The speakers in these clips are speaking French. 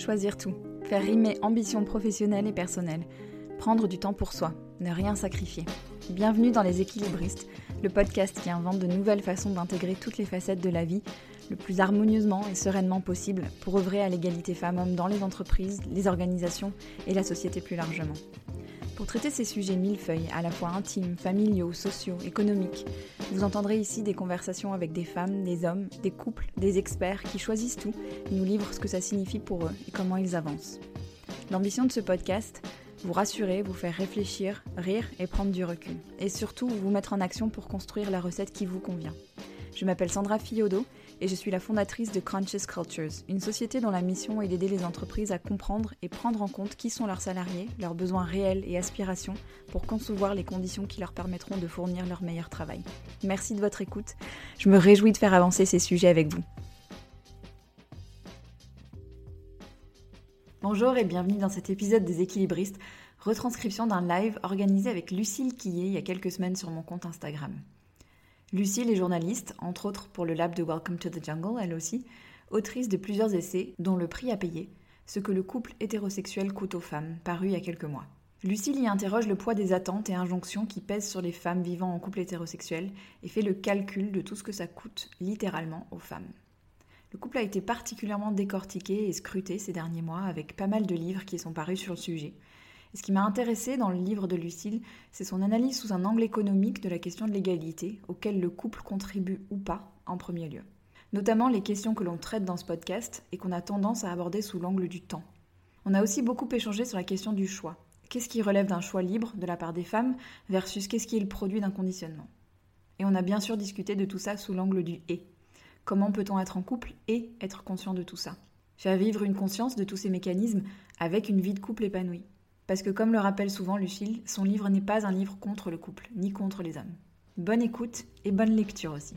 Choisir tout, faire rimer ambition professionnelle et personnelle, prendre du temps pour soi, ne rien sacrifier. Bienvenue dans Les Équilibristes, le podcast qui invente de nouvelles façons d'intégrer toutes les facettes de la vie le plus harmonieusement et sereinement possible pour œuvrer à l'égalité femmes-hommes dans les entreprises, les organisations et la société plus largement. Pour traiter ces sujets millefeuilles, à la fois intimes, familiaux, sociaux, économiques, vous entendrez ici des conversations avec des femmes, des hommes, des couples, des experts qui choisissent tout et nous livrent ce que ça signifie pour eux et comment ils avancent. L'ambition de ce podcast, vous rassurer, vous faire réfléchir, rire et prendre du recul. Et surtout, vous mettre en action pour construire la recette qui vous convient. Je m'appelle Sandra Fiodo et je suis la fondatrice de Conscious Cultures, une société dont la mission est d'aider les entreprises à comprendre et prendre en compte qui sont leurs salariés, leurs besoins réels et aspirations pour concevoir les conditions qui leur permettront de fournir leur meilleur travail. Merci de votre écoute. Je me réjouis de faire avancer ces sujets avec vous. Bonjour et bienvenue dans cet épisode des Équilibristes, retranscription d'un live organisé avec Lucille Quillet il y a quelques semaines sur mon compte Instagram. Lucille est journaliste, entre autres pour le lab de Welcome to the Jungle, elle aussi, autrice de plusieurs essais, dont Le Prix à payer, ce que le couple hétérosexuel coûte aux femmes, paru il y a quelques mois. Lucille y interroge le poids des attentes et injonctions qui pèsent sur les femmes vivant en couple hétérosexuel et fait le calcul de tout ce que ça coûte, littéralement, aux femmes. Le couple a été particulièrement décortiqué et scruté ces derniers mois, avec pas mal de livres qui sont parus sur le sujet. Et ce qui m'a intéressée dans le livre de Lucille, c'est son analyse sous un angle économique de la question de l'égalité, auquel le couple contribue ou pas en premier lieu. Notamment les questions que l'on traite dans ce podcast et qu'on a tendance à aborder sous l'angle du temps. On a aussi beaucoup échangé sur la question du choix. Qu'est-ce qui relève d'un choix libre de la part des femmes versus qu'est-ce qui est le produit d'un conditionnement. Et on a bien sûr discuté de tout ça sous l'angle du « et ». Comment peut-on être en couple et être conscient de tout ça ? Faire vivre une conscience de tous ces mécanismes avec une vie de couple épanouie. Parce que comme le rappelle souvent Lucille, son livre n'est pas un livre contre le couple, ni contre les hommes. Bonne écoute et bonne lecture aussi.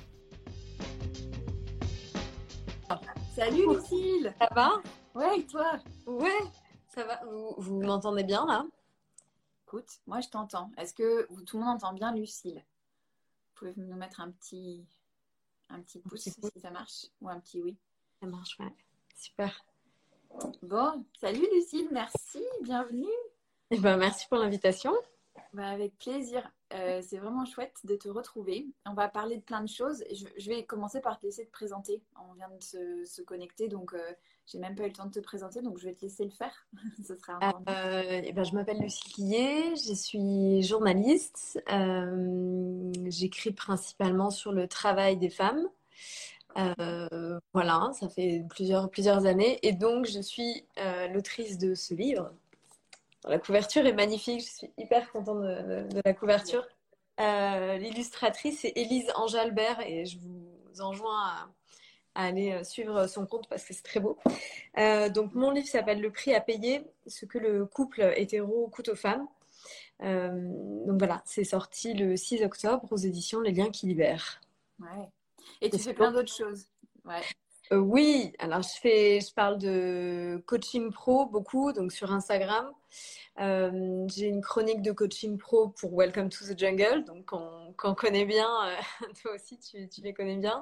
Salut Lucille. Ça va? Ouais, et toi? Ouais, ça va. Vous m'entendez bien là? Écoute, moi je t'entends. Est-ce que tout le monde entend bien Lucille? Vous pouvez nous mettre un petit pouce si ça marche, ou un petit oui. Ça marche, ouais. Super. Bon, salut Lucille, merci, bienvenue. Et ben, merci pour l'invitation. Avec plaisir. C'est vraiment chouette de te retrouver. On va parler de plein de choses. Je vais commencer par te laisser te présenter. On vient de se connecter, donc j'ai même pas eu le temps de te présenter, donc je vais te laisser le faire. Ce sera encore mieux. Je m'appelle Lucille Quillet, je suis journaliste. J'écris principalement sur le travail des femmes. Voilà, ça fait plusieurs années. Et donc, je suis l'autrice de ce livre. La couverture est magnifique, je suis hyper contente de la couverture. L'illustratrice est Élise Ange-Albert et je vous enjoins à aller suivre son compte parce que c'est très beau. Donc mon livre s'appelle Le Prix à payer, ce que le couple hétéro coûte aux femmes. Donc voilà, c'est sorti le 6 octobre aux éditions Les Liens qui libèrent. Ouais. Et tu fais plein d'autres choses. Ouais. Oui, alors je parle de coaching pro beaucoup, donc sur Instagram. J'ai une chronique de coaching pro pour Welcome to the Jungle, donc qu'on connaît bien, toi aussi tu les connais bien.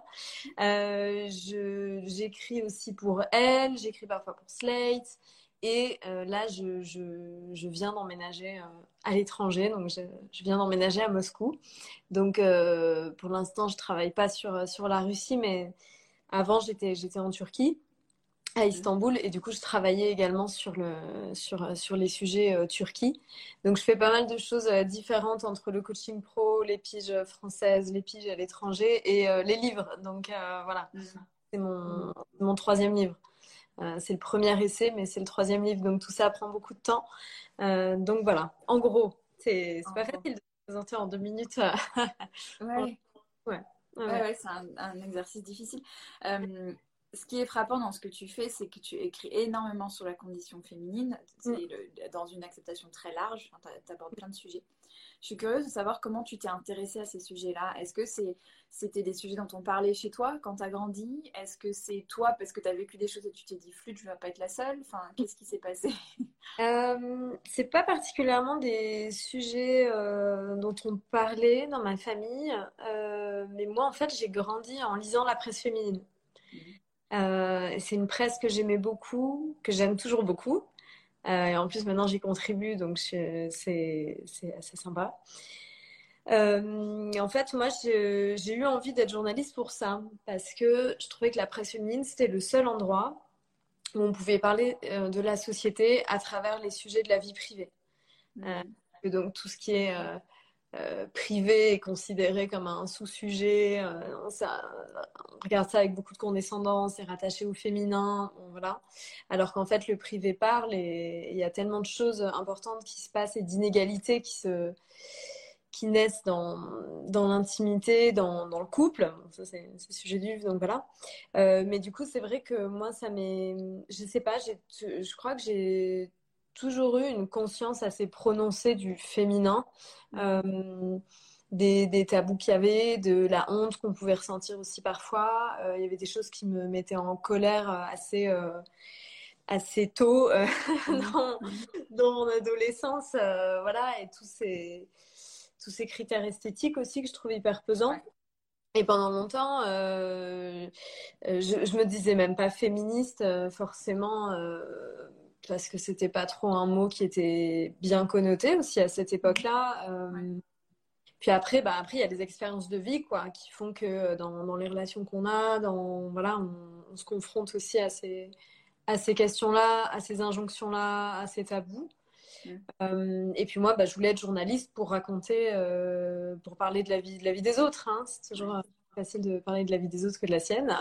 J'écris aussi pour Elle, j'écris parfois pour Slate, et là je viens d'emménager à l'étranger, donc je viens d'emménager à Moscou. Donc pour l'instant je travaille pas sur la Russie, mais avant j'étais en Turquie, à Istanbul, et du coup je travaillais également sur les sujets Turquie. Donc je fais pas mal de choses différentes entre le coaching pro, les piges françaises, les piges à l'étranger et les livres. Donc voilà, c'est mon troisième livre. C'est le premier essai, mais c'est le troisième livre, donc tout ça prend beaucoup de temps. Donc voilà, en gros, c'est pas facile de se présenter en 2 minutes. Ouais. Ouais. C'est un exercice difficile. Ce qui est frappant dans ce que tu fais, c'est que tu écris énormément sur la condition féminine, dans une acceptation très large, enfin, tu abordes plein de sujets. Je suis curieuse de savoir comment tu t'es intéressée à ces sujets-là. Est-ce que c'était des sujets dont on parlait chez toi quand tu as grandi? Est-ce que c'est toi, parce que tu as vécu des choses et tu t'es dit, flûte, je ne vais pas être la seule? Enfin, qu'est-ce qui s'est passé? C'est pas particulièrement des sujets dont on parlait dans ma famille, mais moi en fait j'ai grandi en lisant la presse féminine. C'est une presse que j'aimais beaucoup, que j'aime toujours beaucoup. Et en plus, maintenant, j'y contribue, donc c'est assez sympa. En fait, moi, j'ai eu envie d'être journaliste pour ça, parce que je trouvais que la presse féminine, c'était le seul endroit où on pouvait parler de la société à travers les sujets de la vie privée. Et donc, tout ce qui est privé est considéré comme un sous-sujet. On regarde ça avec beaucoup de condescendance, c'est rattaché au féminin, voilà. Alors qu'en fait, le privé parle et il y a tellement de choses importantes qui se passent et d'inégalités qui naissent dans l'intimité, dans le couple. Ça, c'est le sujet du livre, donc voilà. Mais du coup, c'est vrai que moi, je sais pas, je crois que j'ai toujours eu une conscience assez prononcée du féminin, des tabous qu'il y avait, de la honte qu'on pouvait ressentir aussi parfois. Il y avait des choses qui me mettaient en colère assez tôt dans mon adolescence, voilà, et tous ces critères esthétiques aussi que je trouvais hyper pesants. Et pendant longtemps, je me disais même pas féministe forcément parce que c'était pas trop un mot qui était bien connoté aussi à cette époque-là. Puis après, il y a des expériences de vie quoi, qui font que dans les relations qu'on a, voilà, on se confronte aussi à ces questions-là, à ces injonctions-là, à ces tabous. Et puis moi, je voulais être journaliste pour raconter, pour parler de la vie des autres. Hein. C'est toujours facile de parler de la vie des autres que de la sienne.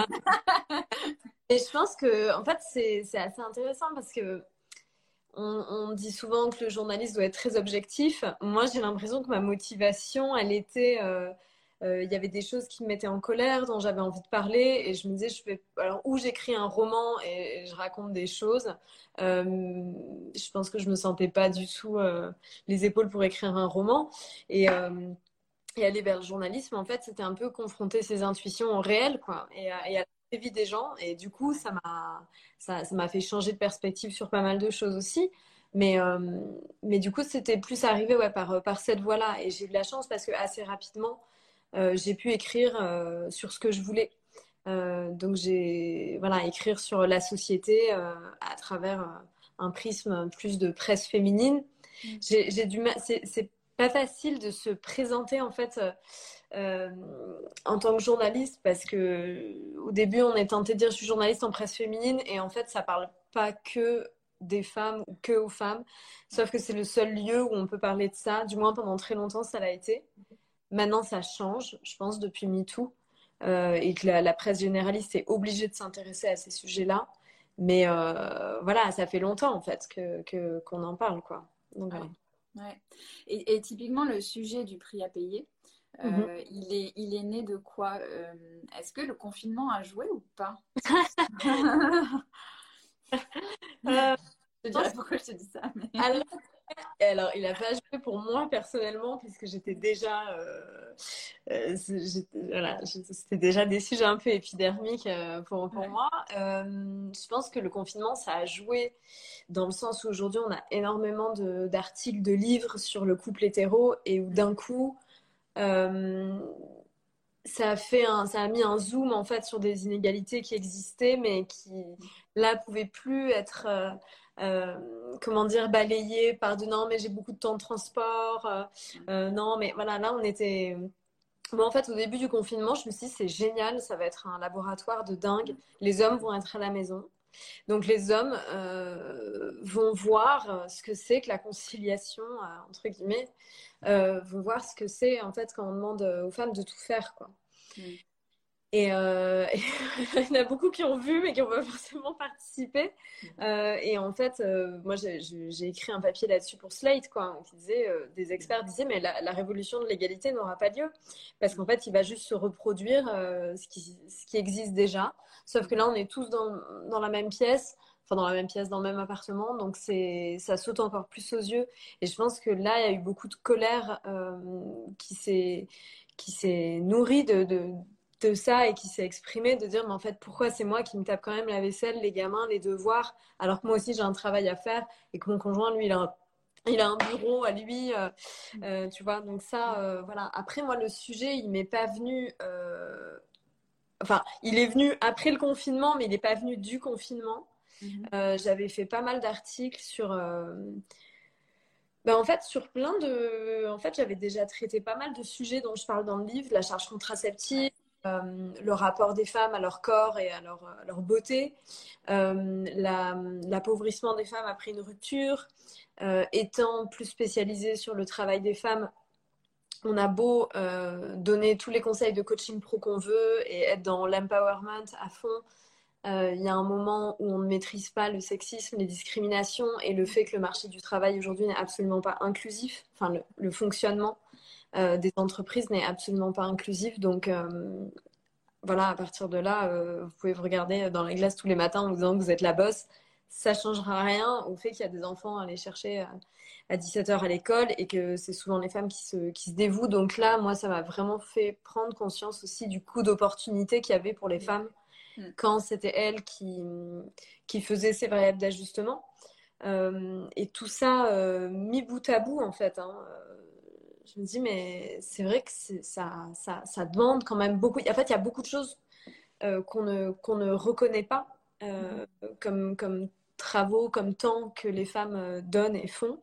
Et je pense que, en fait, c'est assez intéressant parce que on dit souvent que le journaliste doit être très objectif. Moi, j'ai l'impression que ma motivation, elle était il y avait des choses qui me mettaient en colère, dont j'avais envie de parler, et je me disais, alors où j'écris un roman et je raconte des choses, je pense que je me sentais pas du tout les épaules pour écrire un roman, et aller vers le journalisme, en fait, c'était un peu confronter ses intuitions au réel, quoi, et à la vie des gens, et du coup, ça m'a fait changer de perspective sur pas mal de choses aussi. Mais du coup, c'était plus arrivé par cette voie-là. Et j'ai eu de la chance parce que assez rapidement, j'ai pu écrire sur ce que je voulais. Donc écrire sur la société à travers un prisme plus de presse féminine. J'ai du mal, c'est pas facile de se présenter en fait en tant que journaliste parce que au début on est tenté de dire je suis journaliste en presse féminine et en fait ça parle pas que des femmes ou que aux femmes, sauf que c'est le seul lieu où on peut parler de ça, du moins pendant très longtemps ça l'a été. Maintenant, ça change, je pense, depuis MeToo, et que la presse généraliste est obligée de s'intéresser à ces sujets-là. Mais voilà, ça fait longtemps, en fait, qu'on en parle, quoi. Donc, voilà. Ouais. Et typiquement, le sujet du prix à payer, il est né de quoi? Est-ce que le confinement a joué ou pas? Je te dirais pourquoi je te dis ça. Mais... Alors, il a pas joué pour moi personnellement, puisque j'étais déjà, c'était déjà des sujets un peu épidermiques pour moi. Je pense que le confinement, ça a joué dans le sens où aujourd'hui, on a énormément d'articles, de livres sur le couple hétéro et où d'un coup, ça a mis un zoom en fait sur des inégalités qui existaient, mais qui là pouvaient plus être comment dire, balayées par de non mais j'ai beaucoup de temps de transport, non mais voilà, là on était bon, en fait au début du confinement je me suis dit c'est génial, ça va être un laboratoire de dingue, les hommes vont être à la maison, donc les hommes vont voir ce que c'est que la conciliation entre guillemets, vont voir ce que c'est en fait quand on demande aux femmes de tout faire quoi. Et il y en a beaucoup qui ont vu mais qui n'ont pas forcément participé. Et en fait, moi j'ai écrit un papier là-dessus pour Slate, quoi, qui disait, des experts disaient mais la révolution de l'égalité n'aura pas lieu parce qu'en fait il va juste se reproduire ce qui existe déjà. Sauf que là on est tous dans la même pièce. Enfin, dans la même pièce, dans le même appartement, donc ça saute encore plus aux yeux. Et je pense que là, il y a eu beaucoup de colère qui s'est nourrie de ça et qui s'est exprimée, de dire, mais en fait, pourquoi c'est moi qui me tape quand même la vaisselle, les gamins, les devoirs, alors que moi aussi j'ai un travail à faire et que mon conjoint, lui, il a un bureau à lui, tu vois. Donc ça, voilà. Après, moi, le sujet, il m'est pas venu... Enfin, il est venu après le confinement, mais il n'est pas venu du confinement. J'avais fait pas mal d'articles sur... en fait, sur plein de... En fait, j'avais déjà traité pas mal de sujets dont je parle dans le livre, la charge contraceptive, le rapport des femmes à leur corps et à leur beauté, l'appauvrissement des femmes après une rupture, étant plus spécialisée sur le travail des femmes. On a beau donner tous les conseils de coaching pro qu'on veut et être dans l'empowerment à fond, il y a un moment où on ne maîtrise pas le sexisme, les discriminations et le fait que le marché du travail aujourd'hui n'est absolument pas inclusif. Enfin, le fonctionnement des entreprises n'est absolument pas inclusif. Donc, voilà, à partir de là, vous pouvez vous regarder dans la glace tous les matins en vous disant que vous êtes la boss. Ça ne changera rien au fait qu'il y a des enfants à aller chercher à 17h à l'école et que c'est souvent les femmes qui se dévouent. Donc là, moi, ça m'a vraiment fait prendre conscience aussi du coût d'opportunité qu'il y avait pour les femmes quand c'était elles qui faisaient ces variables d'ajustement. Et tout ça, mis bout à bout, en fait, je me dis, mais c'est vrai que ça demande quand même beaucoup. En fait, il y a beaucoup de choses qu'on ne reconnaît pas comme travaux, comme temps que les femmes donnent et font.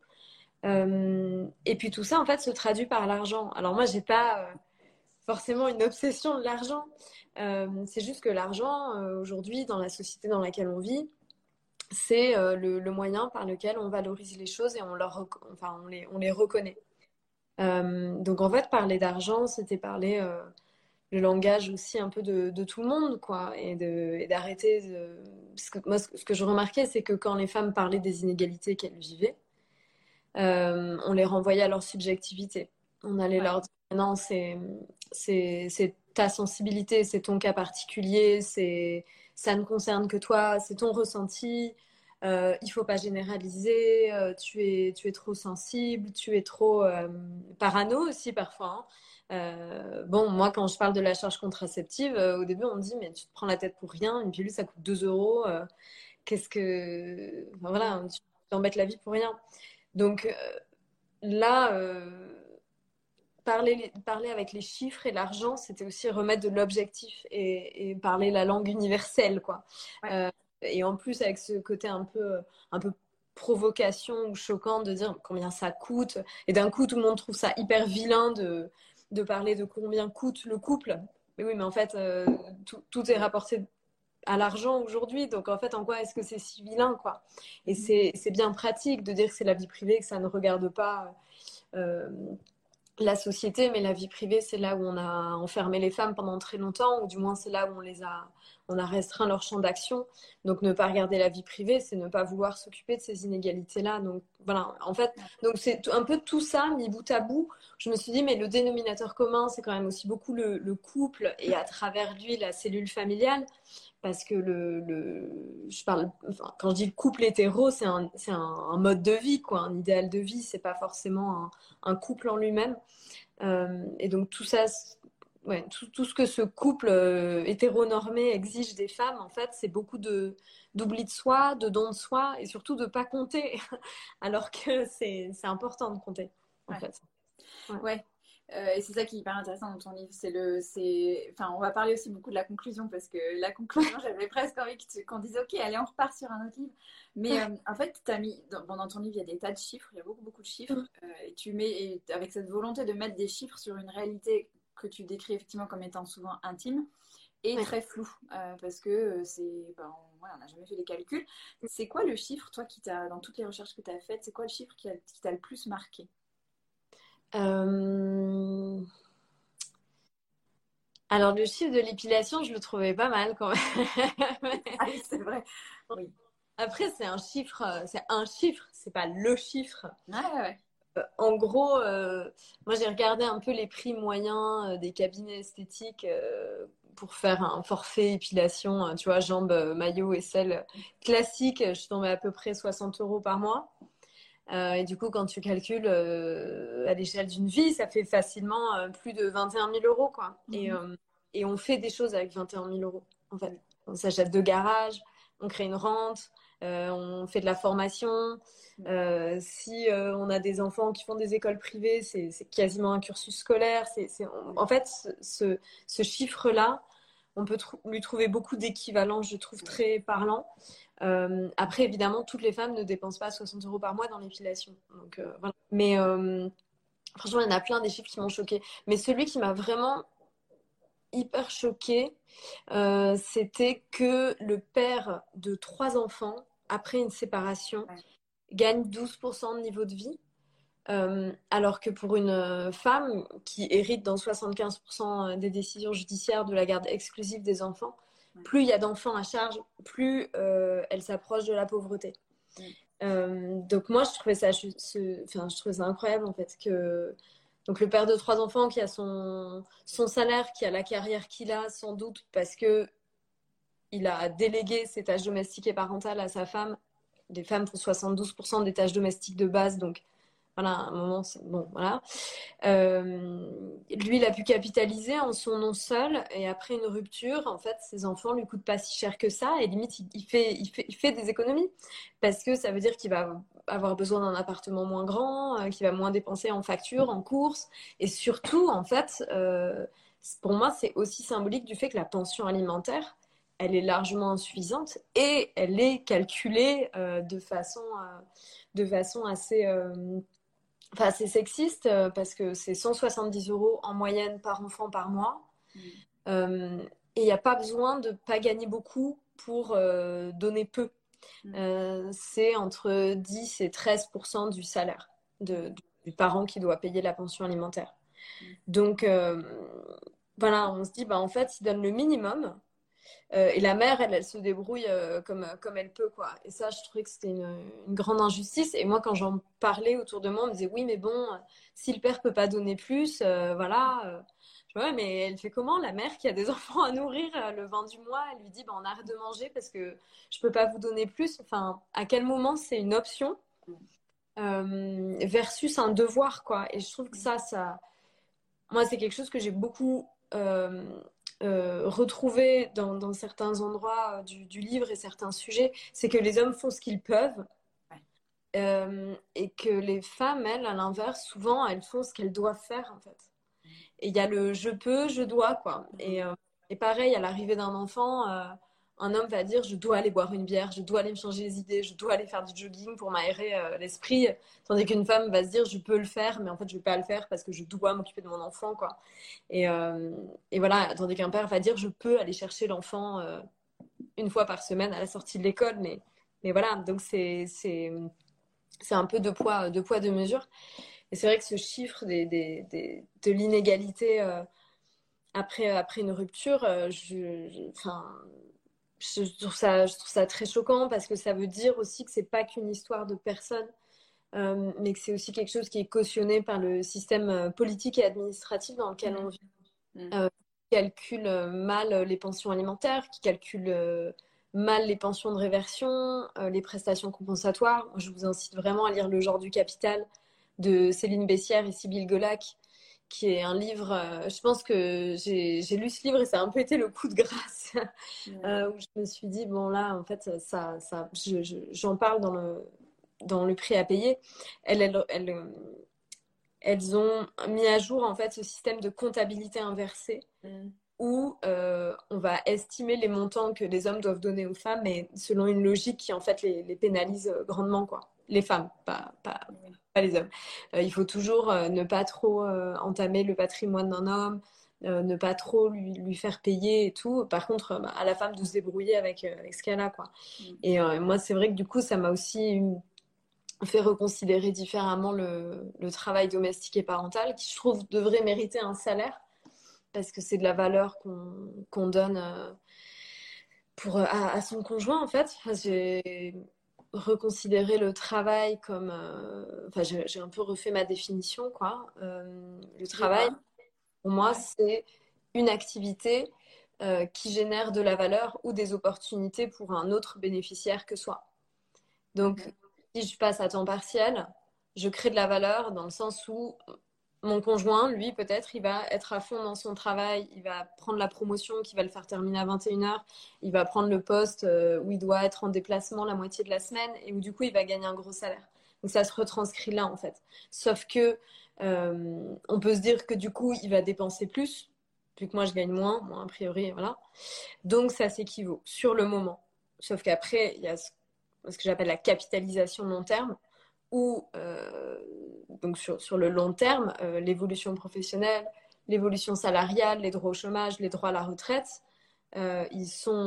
Et puis tout ça, en fait, se traduit par l'argent. Alors moi, j'ai pas forcément une obsession de l'argent. C'est juste que l'argent, aujourd'hui, dans la société dans laquelle on vit, c'est le moyen par lequel on valorise les choses et on les reconnaît. Donc en fait, parler d'argent, c'était parler le langage aussi un peu de tout le monde, quoi, et d'arrêter. Parce que moi, ce que je remarquais, c'est que quand les femmes parlaient des inégalités qu'elles vivaient, on les renvoyait à leur subjectivité. On allait leur dire non, c'est ta sensibilité, c'est ton cas particulier, ça ne concerne que toi, c'est ton ressenti. Il faut pas généraliser, tu es trop sensible, tu es trop parano aussi parfois. Bon, moi, quand je parle de la charge contraceptive, au début, on me dit, mais tu te prends la tête pour rien, une pilule, ça coûte 2 euros. Qu'est-ce que. Enfin, voilà, tu t'embêtes la vie pour rien. Donc là, parler avec les chiffres et l'argent, c'était aussi remettre de l'objectif et parler la langue universelle, quoi. Et en plus, avec ce côté un peu provocation ou choquant de dire combien ça coûte. Et d'un coup, tout le monde trouve ça hyper vilain de parler de combien coûte le couple. Mais oui, mais en fait, tout est rapporté à l'argent aujourd'hui. Donc, en fait, en quoi est-ce que c'est si vilain, quoi? Et c'est bien pratique de dire que c'est la vie privée, que ça ne regarde pas la société, mais la vie privée, c'est là où on a enfermé les femmes pendant très longtemps, ou du moins c'est là où on a restreint leur champ d'action. Donc ne pas regarder la vie privée, c'est ne pas vouloir s'occuper de ces inégalités-là. Donc voilà, en fait, donc c'est un peu tout ça mis bout à bout. Je me suis dit, mais le dénominateur commun, c'est quand même aussi beaucoup le couple et à travers lui la cellule familiale. Parce que quand je dis le couple hétéro, c'est un mode de vie, quoi, un idéal de vie, c'est pas forcément un couple en lui-même. Et donc tout ça, tout ce que ce couple hétéronormé exige des femmes, en fait, c'est beaucoup d'oubli de soi, de don de soi, et surtout de pas compter, alors que c'est important de compter, en fait. Ouais. Et c'est ça qui est hyper intéressant dans ton livre. Enfin, on va parler aussi beaucoup de la conclusion parce que la conclusion, j'avais presque envie qu'on dise ok, allez, on repart sur un autre livre. Mais en fait, tu as mis dans ton livre, il y a des tas de chiffres, il y a beaucoup de chiffres. Et tu mets, avec cette volonté de mettre des chiffres sur une réalité que tu décris effectivement comme étant souvent intime et très floue parce que on n'a jamais fait les calculs. C'est quoi le chiffre, toi, dans toutes les recherches que tu as faites, c'est quoi le chiffre qui t'a le plus marqué? Alors le chiffre de l'épilation, je le trouvais pas mal quand même. Ah oui, c'est vrai. Oui. Après, c'est un chiffre, c'est pas le chiffre. Ouais. En gros, moi j'ai regardé un peu les prix moyens des cabinets esthétiques pour faire un forfait épilation, tu vois, jambes, maillot et selle classique. Je suis tombée à peu près 60 euros par mois. Et du coup, quand tu calcules à l'échelle d'une vie, ça fait facilement plus de 21 000 euros, quoi. Et on fait des choses avec 21 000 euros, en fait. On s'achète 2 garages, on crée une rente, on fait de la formation. Si on a des enfants qui font des écoles privées, c'est quasiment un cursus scolaire. En fait, ce chiffre-là, on peut lui trouver beaucoup d'équivalents, je trouve très parlant. Après, évidemment, toutes les femmes ne dépensent pas 60 € par mois dans l'épilation. Donc, voilà. Mais franchement, il y en a plein des chiffres qui m'ont choquée. Mais celui qui m'a vraiment hyper choquée, c'était que le père de 3 enfants, après une séparation, gagne 12% de niveau de vie. Alors que pour une femme qui hérite dans 75% des décisions judiciaires de la garde exclusive des enfants, plus il y a d'enfants à charge, plus elle s'approche de la pauvreté. Donc moi, je trouvais ça incroyable en fait que donc le père de 3 enfants qui a son salaire, qui a la carrière qu'il a, sans doute parce que il a délégué ses tâches domestiques et parentales à sa femme. Les femmes font 72% des tâches domestiques de base, donc voilà, à un moment, c'est bon, voilà. Lui, il a pu capitaliser en son nom seul, et après une rupture, en fait, ses enfants lui coûtent pas si cher que ça, et limite, il fait des économies, parce que ça veut dire qu'il va avoir besoin d'un appartement moins grand, qu'il va moins dépenser en factures, en courses, et surtout, en fait, pour moi, c'est aussi symbolique du fait que la pension alimentaire, elle est largement insuffisante, et elle est calculée de façon assez... Enfin, c'est sexiste parce que c'est 170 € en moyenne par enfant par mois. Et il n'y a pas besoin de pas gagner beaucoup pour donner peu. C'est entre 10 et 13% du salaire du parent qui doit payer la pension alimentaire. Donc, voilà, on se dit, bah, en fait, il donne le minimum. Et la mère, elle se débrouille comme elle peut, quoi. Et ça, je trouvais que c'était une grande injustice. Et moi, quand j'en parlais autour de moi, on me disait, oui, mais bon, si le père peut pas donner plus, voilà. Je dis, ouais, mais elle fait comment, la mère qui a des enfants à nourrir le 20 du mois, elle lui dit, bah, on arrête de manger parce que je peux pas vous donner plus. Enfin, à quel moment c'est une option versus un devoir, quoi. Et je trouve que moi, c'est quelque chose que j'ai beaucoup retrouvé dans certains endroits du livre et certains sujets, c'est que les hommes font ce qu'ils peuvent et que les femmes, elles, à l'inverse, souvent, elles font ce qu'elles doivent faire, en fait. Et il y a le je peux, je dois, quoi. Et pareil, à l'arrivée d'un enfant, un homme va dire je dois aller boire une bière, je dois aller me changer les idées, je dois aller faire du jogging pour m'aérer l'esprit. Tandis qu'une femme va se dire je peux le faire, mais en fait je ne vais pas le faire parce que je dois m'occuper de mon enfant, quoi. Et voilà, tandis qu'un père va dire je peux aller chercher l'enfant une fois par semaine à la sortie de l'école, mais voilà, donc c'est un peu deux poids, deux mesures. Et c'est vrai que ce chiffre de l'inégalité après une rupture, je trouve ça très choquant parce que ça veut dire aussi que c'est pas qu'une histoire de personne, mais que c'est aussi quelque chose qui est cautionné par le système politique et administratif dans lequel on vit, qui calcule mal les pensions alimentaires, qui calcule mal les pensions de réversion, les prestations compensatoires. Je vous incite vraiment à lire Le genre du capital de Céline Bessières et Sybille Golac, qui est un livre, je pense que j'ai lu ce livre et ça a un peu été le coup de grâce, où je me suis dit, bon là, en fait, j'en parle dans le prix à payer. Elles ont mis à jour, en fait, ce système de comptabilité inversée, où on va estimer les montants que les hommes doivent donner aux femmes, mais selon une logique qui, en fait, les pénalise grandement, quoi. Les femmes, pas les hommes. Il faut toujours ne pas trop entamer le patrimoine d'un homme, ne pas trop lui faire payer et tout. Par contre, à la femme de se débrouiller avec ce qu'elle a, quoi. Et moi, c'est vrai que du coup, ça m'a aussi fait reconsidérer différemment le travail domestique et parental, qui, je trouve, devrait mériter un salaire, parce que c'est de la valeur qu'on donne à son conjoint, en fait. Enfin, j'ai reconsidérer le travail comme... Enfin, j'ai un peu refait ma définition, quoi. Le travail, pour moi, c'est une activité qui génère de la valeur ou des opportunités pour un autre bénéficiaire que soi. Donc, si je passe à temps partiel, je crée de la valeur dans le sens où mon conjoint, lui, peut-être, il va être à fond dans son travail, il va prendre la promotion qui va le faire terminer à 21h, il va prendre le poste où il doit être en déplacement la moitié de la semaine et où du coup, il va gagner un gros salaire. Donc ça se retranscrit là, en fait. Sauf que on peut se dire que du coup, il va dépenser plus vu que moi je gagne moins, moi a priori, voilà. Donc ça s'équivaut sur le moment. Sauf qu'après, il y a ce que j'appelle la capitalisation long terme, où donc sur le long terme, l'évolution professionnelle, l'évolution salariale, les droits au chômage, les droits à la retraite, ils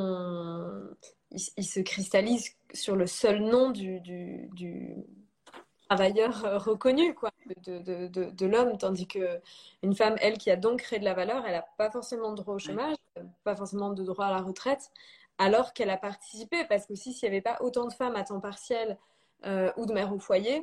se cristallisent sur le seul nom du travailleur reconnu quoi, de l'homme, tandis que une femme, elle, qui a donc créé de la valeur, elle n'a pas forcément de droit au chômage, pas forcément de droit à la retraite, alors qu'elle a participé, parce que s'il n'y avait pas autant de femmes à temps partiel ou de mères au foyer,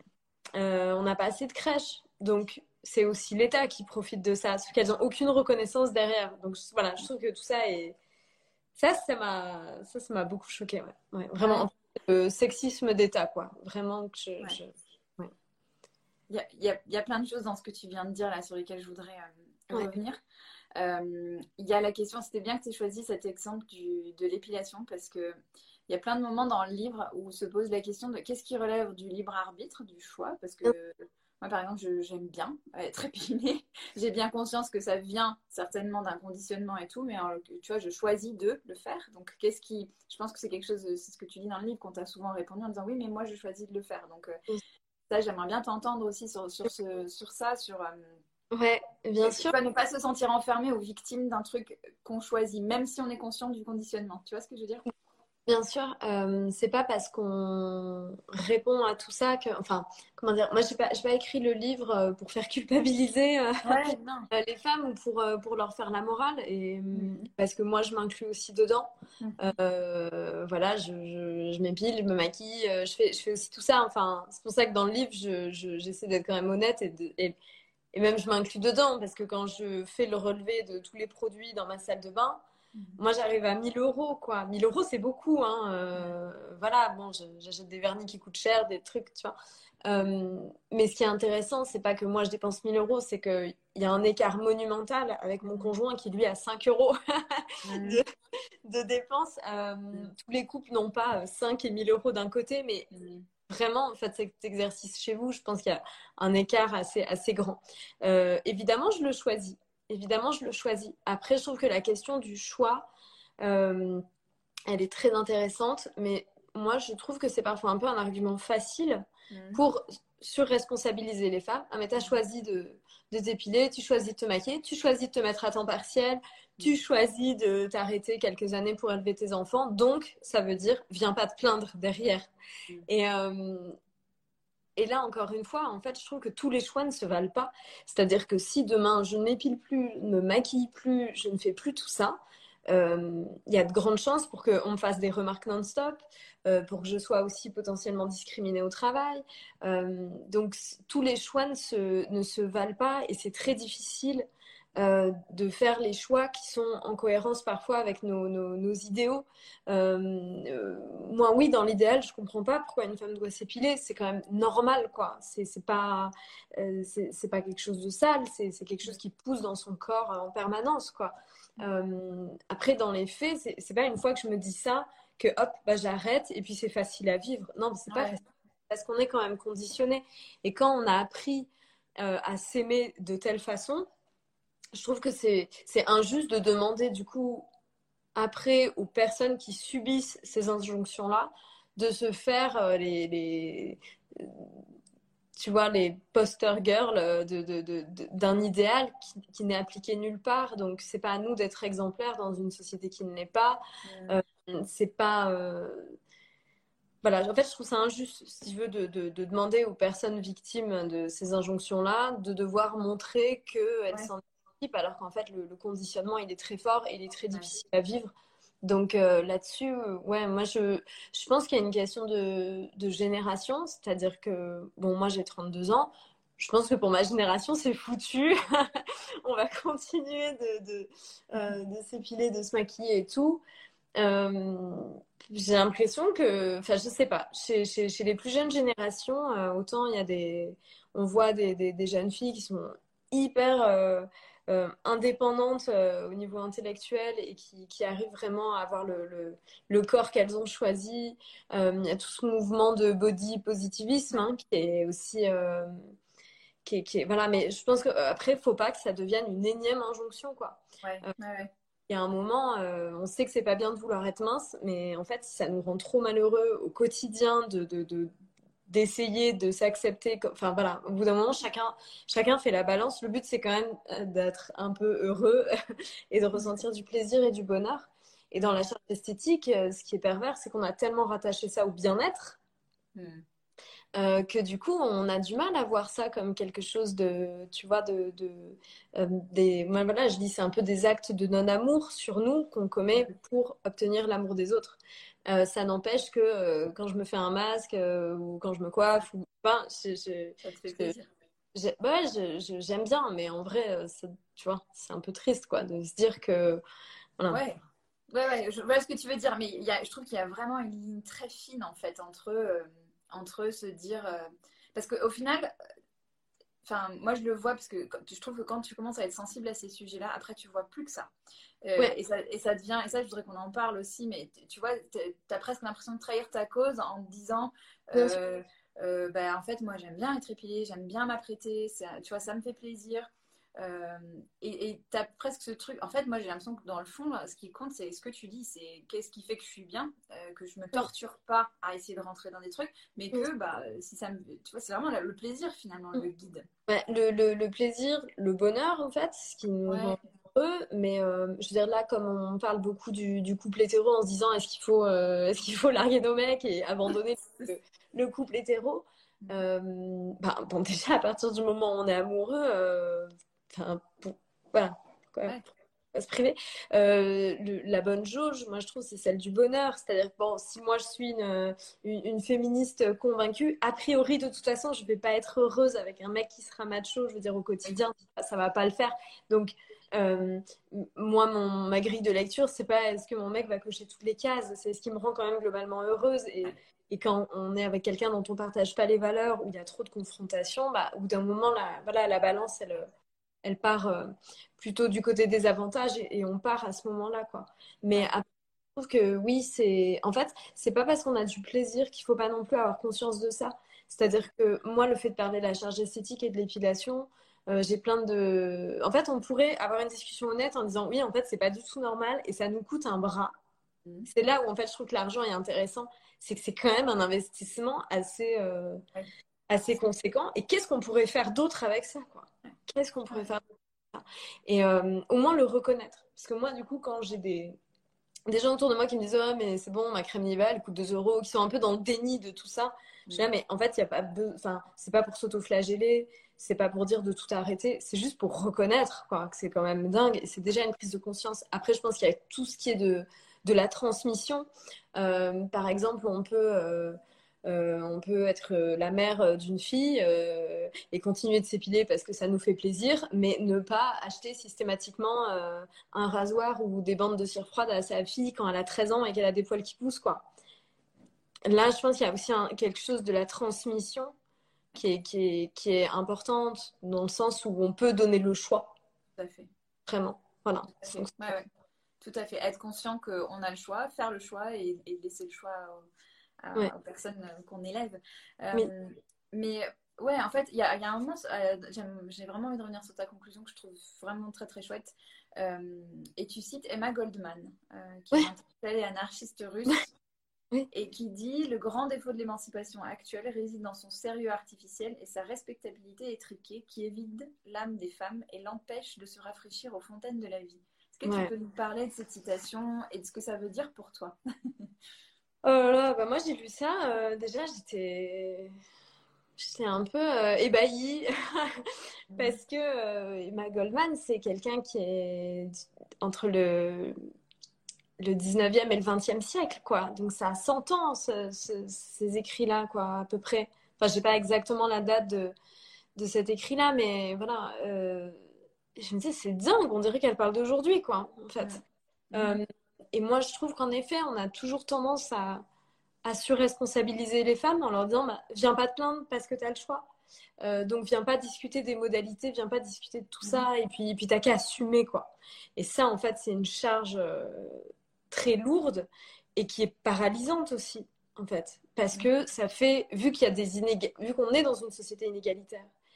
on n'a pas assez de crèches. Donc, c'est aussi l'État qui profite de ça, sauf qu'elles n'ont aucune reconnaissance derrière. Donc, voilà, je trouve que tout ça est... ça m'a beaucoup choqué, ouais. Ouais, vraiment, le sexisme d'État, quoi. Vraiment que ouais. Il y a plein de choses dans ce que tu viens de dire là sur lesquelles je voudrais revenir. Il y a la question, c'était bien que tu aies choisi cet exemple de l'épilation parce que il y a plein de moments dans le livre où se pose la question de qu'est-ce qui relève du libre arbitre, du choix, parce que moi par exemple j'aime bien être épilée, j'ai bien conscience que ça vient certainement d'un conditionnement et tout, mais tu vois je choisis de le faire, donc je pense que c'est quelque chose, c'est ce que tu dis dans le livre qu'on t'a souvent répondu en disant oui mais moi je choisis de le faire, donc ça j'aimerais bien t'entendre aussi sur ça, ouais, bien sûr. ne pas se sentir enfermé ou victime d'un truc qu'on choisit, même si on est conscient du conditionnement. Tu vois ce que je veux dire? Bien sûr, c'est pas parce qu'on répond à tout ça que, enfin, comment dire, moi j'ai pas écrit le livre pour faire culpabiliser les femmes ou pour leur faire la morale, et parce que moi je m'inclus aussi dedans. Voilà, je m'épile, je me maquille, je fais aussi tout ça. Enfin, c'est pour ça que dans le livre, j'essaie d'être quand même honnête et même je m'inclus dedans parce que quand je fais le relevé de tous les produits dans ma salle de bain, moi j'arrive à 1000 euros quoi. 1000 euros c'est beaucoup, hein. Voilà, bon, j'achète des vernis qui coûtent cher, des trucs, tu vois. Mais ce qui est intéressant, c'est pas que moi je dépense 1000 euros, c'est qu'il y a un écart monumental avec mon conjoint qui lui a 5 euros de dépenses. Tous les couples n'ont pas 5 et 1000 euros d'un côté, mais vraiment, faites cet exercice chez vous. Je pense qu'il y a un écart assez grand. Évidemment, je le choisis. Évidemment, je le choisis. Après, je trouve que la question du choix, elle est très intéressante, mais moi, je trouve que c'est parfois un peu un argument facile pour surresponsabiliser les femmes. Ah, mais tu as choisi de t'épiler, tu choisis de te maquiller, tu choisis de te mettre à temps partiel, tu choisis de t'arrêter quelques années pour élever tes enfants, donc ça veut dire viens pas te plaindre derrière. Et là, encore une fois, en fait, je trouve que tous les choix ne se valent pas. C'est-à-dire que si demain, je n'épile plus, ne me maquille plus, je ne fais plus tout ça, il y a de grandes chances pour qu'on me fasse des remarques non-stop, pour que je sois aussi potentiellement discriminée au travail. Donc, tous les choix ne se valent pas et c'est très difficile de faire les choix qui sont en cohérence parfois avec nos idéaux. Moi, oui, dans l'idéal, je comprends pas pourquoi une femme doit s'épiler. C'est quand même normal, quoi. C'est pas quelque chose de sale. C'est quelque chose qui pousse dans son corps en permanence, quoi. Après, dans les faits, c'est pas une fois que je me dis ça que hop, bah, j'arrête et puis c'est facile à vivre. Non, c'est pas facile parce qu'on est quand même conditionné. Et quand on a appris à s'aimer de telle façon, je trouve que c'est injuste de demander du coup après aux personnes qui subissent ces injonctions-là de se faire tu vois, les poster girls d'un idéal qui n'est appliqué nulle part. Donc, c'est pas à nous d'être exemplaires dans une société qui ne l'est pas. C'est pas... Voilà, en fait, je trouve ça injuste, si tu veux, de demander aux personnes victimes de ces injonctions-là de devoir montrer qu'elles s'en équipent, alors qu'en fait, le conditionnement, il est très fort et il est très difficile à vivre. Donc là-dessus, ouais, moi, je pense qu'il y a une question de génération, c'est-à-dire que, bon, moi, j'ai 32 ans. Je pense que pour ma génération, c'est foutu. On va continuer de s'épiler, de se maquiller et tout. J'ai l'impression que, enfin, je sais pas, chez les plus jeunes générations, autant il y a on voit des jeunes filles qui sont hyper indépendantes au niveau intellectuel et qui arrivent vraiment à avoir le corps qu'elles ont choisi. Il y a tout ce mouvement de body positivisme qui est aussi voilà, mais je pense qu'après, faut pas que ça devienne une énième injonction, quoi. Ouais, ouais. Il y a un moment, on sait que c'est pas bien de vouloir être mince, mais en fait, ça nous rend trop malheureux au quotidien d'essayer de s'accepter. Enfin voilà, au bout d'un moment, chacun fait la balance. Le but, c'est quand même d'être un peu heureux et de ressentir du plaisir et du bonheur. Et dans la charge esthétique, ce qui est pervers, c'est qu'on a tellement rattaché ça au bien-être. Mm. Que du coup, on a du mal à voir ça comme quelque chose de, tu vois, voilà, je dis, c'est un peu des actes de non-amour sur nous qu'on commet pour obtenir l'amour des autres. Ça n'empêche que quand je me fais un masque ou quand je me coiffe, ou, enfin, Ça te fait plaisir. ouais, j'aime bien, mais en vrai, tu vois, c'est un peu triste, quoi, de se dire que, voilà. Ouais. Ouais, je vois ce que tu veux dire, mais je trouve qu'il y a vraiment une ligne très fine en fait entre se dire. Parce qu'au final, enfin, moi je le vois parce que je trouve que quand tu commences à être sensible à ces sujets-là, après tu vois plus que ça. Ouais. Et ça devient, et ça je voudrais qu'on en parle aussi, mais tu vois, t'as presque l'impression de trahir ta cause en te disant. Bah, en fait, moi j'aime bien être épilée, j'aime bien m'apprêter, tu vois, ça me fait plaisir. Et tu as presque ce truc. En fait, moi, j'ai l'impression que dans le fond, ce qui compte, c'est ce que tu dis, c'est qu'est-ce qui fait que je suis bien, que je me torture pas à essayer de rentrer dans des trucs, mais que, bah, si ça me. Tu vois, c'est vraiment le plaisir, finalement, le guide. Ouais, le plaisir, le bonheur, en fait, ce qui nous Ouais. rend heureux. Mais je veux dire, là, comme on parle beaucoup du couple hétéro en se disant est-ce qu'il faut larguer nos mecs et abandonner le couple hétéro, bon, déjà, à partir du moment où on est amoureux, enfin, voilà. Quoi, Ouais. pas se priver. La bonne jauge, moi je trouve, c'est celle du bonheur. C'est-à-dire que bon, si moi je suis une féministe convaincue, a priori, de toute façon, je vais pas être heureuse avec un mec qui sera macho, je veux dire, au quotidien, ça va pas le faire. Donc, euh, moi, ma grille de lecture, c'est pas est-ce que mon mec va cocher toutes les cases, c'est ce qui me rend quand même globalement heureuse. Et quand on est avec quelqu'un dont on partage pas les valeurs, où il y a trop de confrontation, bah, au bout d'un moment, voilà, la balance, elle part plutôt du côté des avantages et on part à ce moment-là, quoi. Mais après, je trouve que oui, en fait, c'est pas parce qu'on a du plaisir qu'il faut pas non plus avoir conscience de ça. C'est-à-dire que moi, le fait de parler de la charge esthétique et de l'épilation, j'ai plein de. En fait, on pourrait avoir une discussion honnête en disant oui, en fait, c'est pas du tout normal et ça nous coûte un bras. C'est là où en fait je trouve que l'argent est intéressant, c'est que c'est quand même un investissement assez conséquent. Et qu'est-ce qu'on pourrait faire d'autre avec ça, quoi? Qu'est-ce qu'on pourrait faire? Et au moins le reconnaître. Parce que moi, du coup, quand j'ai des gens autour de moi qui me disent oh, mais c'est bon, ma crème Nivea, elle coûte 2 euros, qui sont un peu dans le déni de tout ça, je dis ah, mais en fait, il y a pas enfin, c'est pas pour s'auto-flageller, c'est pas pour dire de tout arrêter, c'est juste pour reconnaître quoi, que c'est quand même dingue. Et c'est déjà une prise de conscience. Après, je pense qu'il y a tout ce qui est de la transmission. Par exemple, on peut être la mère d'une fille et continuer de s'épiler parce que ça nous fait plaisir, mais ne pas acheter systématiquement un rasoir ou des bandes de cire froide à sa fille quand elle a 13 ans et qu'elle a des poils qui poussent, quoi. Là, je pense qu'il y a aussi quelque chose de la transmission qui est importante dans le sens où on peut donner le choix. Tout à fait. Vraiment. Voilà. Ouais. Tout à fait. Être conscient qu'on a le choix, faire le choix et laisser le choix aux personnes qu'on élève. Oui. Mais ouais, en fait, il y a un moment, j'ai vraiment envie de revenir sur ta conclusion que je trouve vraiment très très chouette. Et tu cites Emma Goldman, qui est intellectuelle et anarchiste russe, et qui dit le grand défaut de l'émancipation actuelle réside dans son sérieux artificiel et sa respectabilité étriquée qui évite l'âme des femmes et l'empêche de se rafraîchir aux fontaines de la vie. Est-ce que tu peux nous parler de cette citation et de ce que ça veut dire pour toi? Oh là là, bah moi j'ai lu ça, déjà j'étais un peu ébahie parce que Emma Goldman, c'est quelqu'un qui est entre le 19e et le 20e siècle, quoi. Donc ça a 100 ans, ces écrits-là, quoi, à peu près. Enfin, j'ai pas exactement la date de cet écrit-là, mais voilà. Je me disais, c'est dingue, on dirait qu'elle parle d'aujourd'hui, quoi, en fait. Et moi, je trouve qu'en effet, on a toujours tendance à surresponsabiliser les femmes en leur disant bah, viens pas te plaindre parce que tu as le choix. Donc viens pas discuter des modalités, viens pas discuter de tout ça et puis t'as qu'à assumer quoi. Et ça en fait c'est une charge très lourde et qui est paralysante aussi en fait parce que ça fait vu qu'on est dans une société inégalitaire,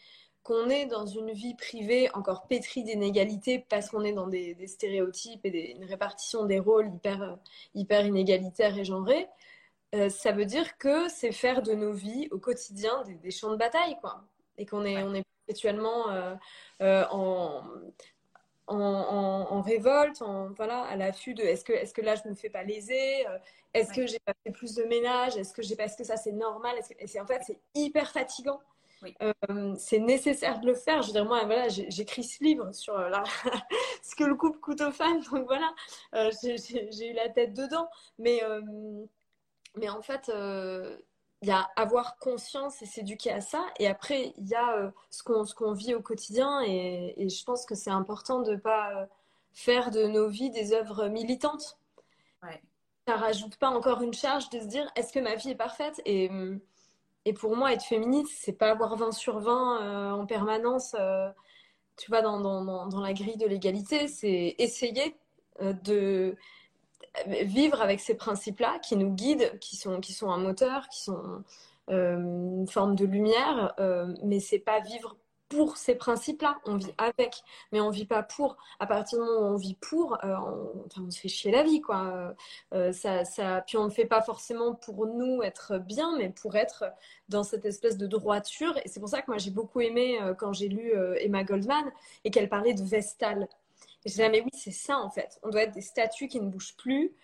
qu'on est dans une vie privée encore pétrie d'inégalités parce qu'on est dans des stéréotypes et une répartition des rôles hyper inégalitaire et genrée, ça veut dire que c'est faire de nos vies au quotidien des champs de bataille, quoi. Et qu'on est, on est perpétuellement en, en révolte, voilà, à l'affût de est-ce que là je me fais pas léser, est-ce que j'ai pas fait plus de ménage, est-ce que ça c'est normal, en fait c'est hyper fatigant. Oui. C'est nécessaire de le faire. Je veux dire, moi, voilà, j'écris ce livre sur ce que le couple coûte aux femmes. Donc voilà, j'ai eu la tête dedans. Mais en fait, il y a avoir conscience et s'éduquer à ça. Et après, il y a ce qu'on vit au quotidien. Et je pense que c'est important de ne pas faire de nos vies des œuvres militantes. Ouais. Ça rajoute pas encore une charge de se dire est-ce que ma vie est parfaite et pour moi, être féministe, c'est pas avoir 20 sur 20 en permanence, tu vois, dans la grille de l'égalité. C'est essayer de vivre avec ces principes-là qui nous guident, qui sont un moteur, qui sont une forme de lumière, mais c'est pas vivre pour ces principes-là. On vit avec, mais on vit pas pour. À partir du moment où on vit pour, on se fait chier la vie, quoi. Puis on ne fait pas forcément pour nous être bien, mais pour être dans cette espèce de droiture. Et c'est pour ça que moi j'ai beaucoup aimé quand j'ai lu Emma Goldman et qu'elle parlait de Vestale. Et je disais, mais oui, c'est ça en fait. On doit être des statues qui ne bougent plus,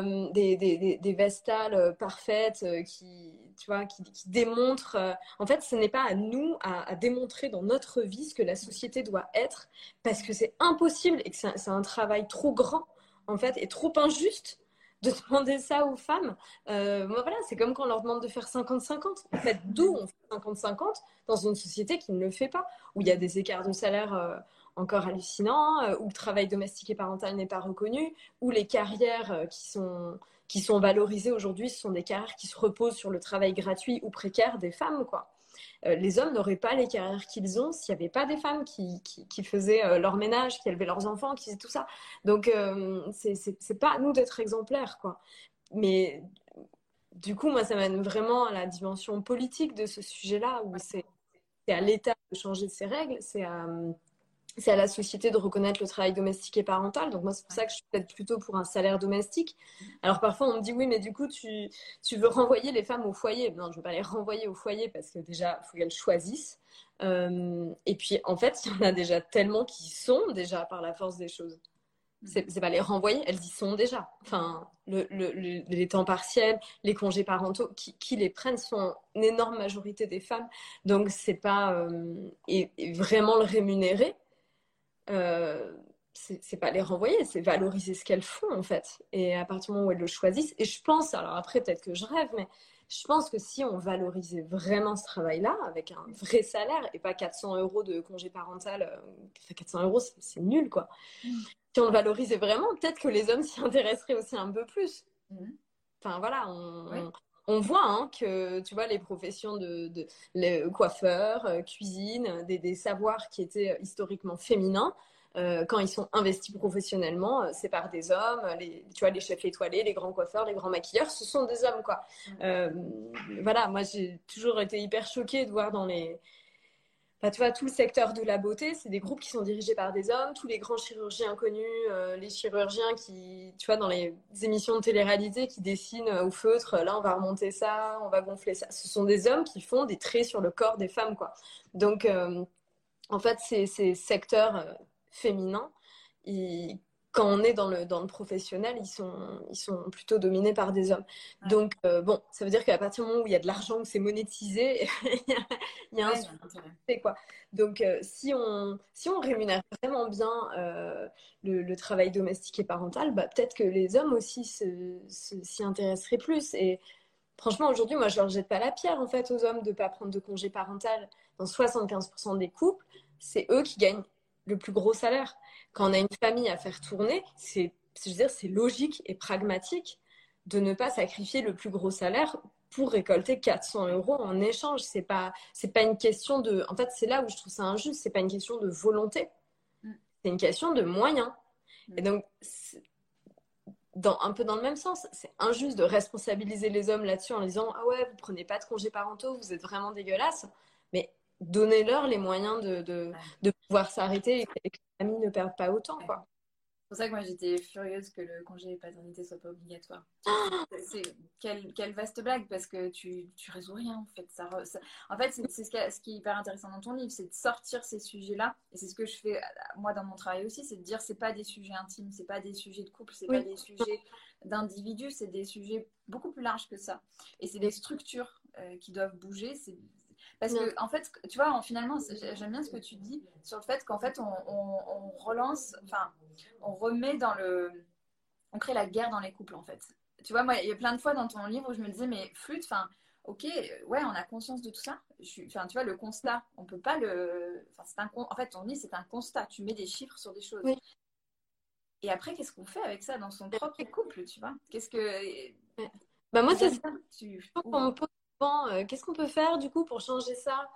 des vestales parfaites tu vois, qui démontrent. En fait, ce n'est pas à nous à démontrer dans notre vie ce que la société doit être, parce que c'est impossible et que c'est un travail trop grand, en fait, et trop injuste de demander ça aux femmes. Moi, voilà, c'est comme quand on leur demande de faire 50-50. En fait, d'où on fait 50-50 dans une société qui ne le fait pas, où il y a des écarts de salaire encore hallucinant, où le travail domestique et parental n'est pas reconnu, où les carrières qui sont valorisées aujourd'hui, ce sont des carrières qui se reposent sur le travail gratuit ou précaire des femmes, quoi. Les hommes n'auraient pas les carrières qu'ils ont s'il n'y avait pas des femmes qui faisaient leur ménage, qui élevaient leurs enfants, qui faisaient tout ça. Donc, c'est pas à nous d'être exemplaires, quoi. Mais du coup, moi, ça mène vraiment à la dimension politique de ce sujet-là, où c'est à l'État de changer ses règles, c'est à la société de reconnaître le travail domestique et parental. Donc moi, c'est pour ça que je suis peut-être plutôt pour un salaire domestique. Alors parfois, on me dit, oui, mais du coup, tu veux renvoyer les femmes au foyer. Non, je ne veux pas les renvoyer au foyer parce que déjà, il faut qu'elles choisissent. Et puis, en fait, il y en a déjà tellement qui y sont déjà par la force des choses. C'est pas les renvoyer, elles y sont déjà. Enfin, les temps partiels, les congés parentaux, qui les prennent sont une énorme majorité des femmes. Donc, c'est pas... et vraiment le rémunérer, c'est pas les renvoyer, c'est valoriser ce qu'elles font en fait. Et à partir du moment où elles le choisissent, et je pense, alors après peut-être que je rêve, mais je pense que si on valorisait vraiment ce travail-là avec un vrai salaire et pas 400 euros de congé parental, 400 euros c'est nul quoi. Si on le valorisait vraiment, peut-être que les hommes s'y intéresseraient aussi un peu plus. Enfin voilà, on voit hein, que tu vois les professions les coiffeurs, cuisine, des savoirs qui étaient historiquement féminins, quand ils sont investis professionnellement, c'est par des hommes. Tu vois les chefs étoilés, les grands coiffeurs, les grands maquilleurs, ce sont des hommes quoi. Voilà, moi j'ai toujours été hyper choquée de voir dans les Enfin, tu vois, tout le secteur de la beauté, c'est des groupes qui sont dirigés par des hommes. Tous les grands chirurgiens connus, les chirurgiens qui, tu vois, dans les émissions de télé-réalité, qui dessinent au feutre, là, on va remonter ça, on va gonfler ça. Ce sont des hommes qui font des traits sur le corps des femmes, quoi. Donc, en fait, ces secteurs féminins, quand on est dans le professionnel, ils sont plutôt dominés par des hommes. Donc, bon, ça veut dire qu'à partir du moment où il y a de l'argent, où c'est monétisé, il y a un sujet, quoi. Donc, si on rémunère vraiment bien le travail domestique et parental, bah, peut-être que les hommes aussi s'y intéresseraient plus. Et franchement, aujourd'hui, moi, je leur jette pas la pierre, en fait, aux hommes de ne pas prendre de congé parental. Dans 75% des couples, c'est eux qui gagnent le plus gros salaire. Quand on a une famille à faire tourner, je veux dire, c'est logique et pragmatique de ne pas sacrifier le plus gros salaire pour récolter 400 euros en échange. C'est pas une question de... En fait, c'est là où je trouve ça injuste. C'est pas une question de volonté. C'est une question de moyens. Et donc, un peu dans le même sens, c'est injuste de responsabiliser les hommes là-dessus en disant « Ah ouais, vous prenez pas de congés parentaux, vous êtes vraiment dégueulasse. » Mais donnez-leur les moyens de pouvoir s'arrêter et que la famille ne perde pas autant, quoi. C'est pour ça que moi j'étais furieuse que le congé paternité soit pas obligatoire. Quelle vaste blague, parce que tu résous rien en fait. En fait, c'est ce qui est hyper intéressant dans ton livre, c'est de sortir ces sujets-là. Et c'est ce que je fais moi dans mon travail aussi, c'est de dire c'est pas des sujets intimes, c'est pas des sujets de couple, c'est pas des sujets d'individus, c'est des sujets beaucoup plus larges que ça. Et c'est des structures qui doivent bouger. Parce que, en fait, tu vois, finalement, j'aime bien ce que tu dis sur le fait qu'en fait, on relance, enfin, on remet dans le. On crée la guerre dans les couples, en fait. Tu vois, moi, il y a plein de fois dans ton livre où je me disais, mais flûte, enfin, ok, ouais, on a conscience de tout ça. Enfin, tu vois, le constat, on peut pas le. Enfin, en fait, on dit, c'est un constat. Tu mets des chiffres sur des choses. Oui. Et après, qu'est-ce qu'on fait avec ça dans son propre couple, tu vois? Qu'est-ce que. Bah, moi, c'est ça. qu'on me pose souvent, qu'est-ce qu'on peut faire du coup pour changer ça?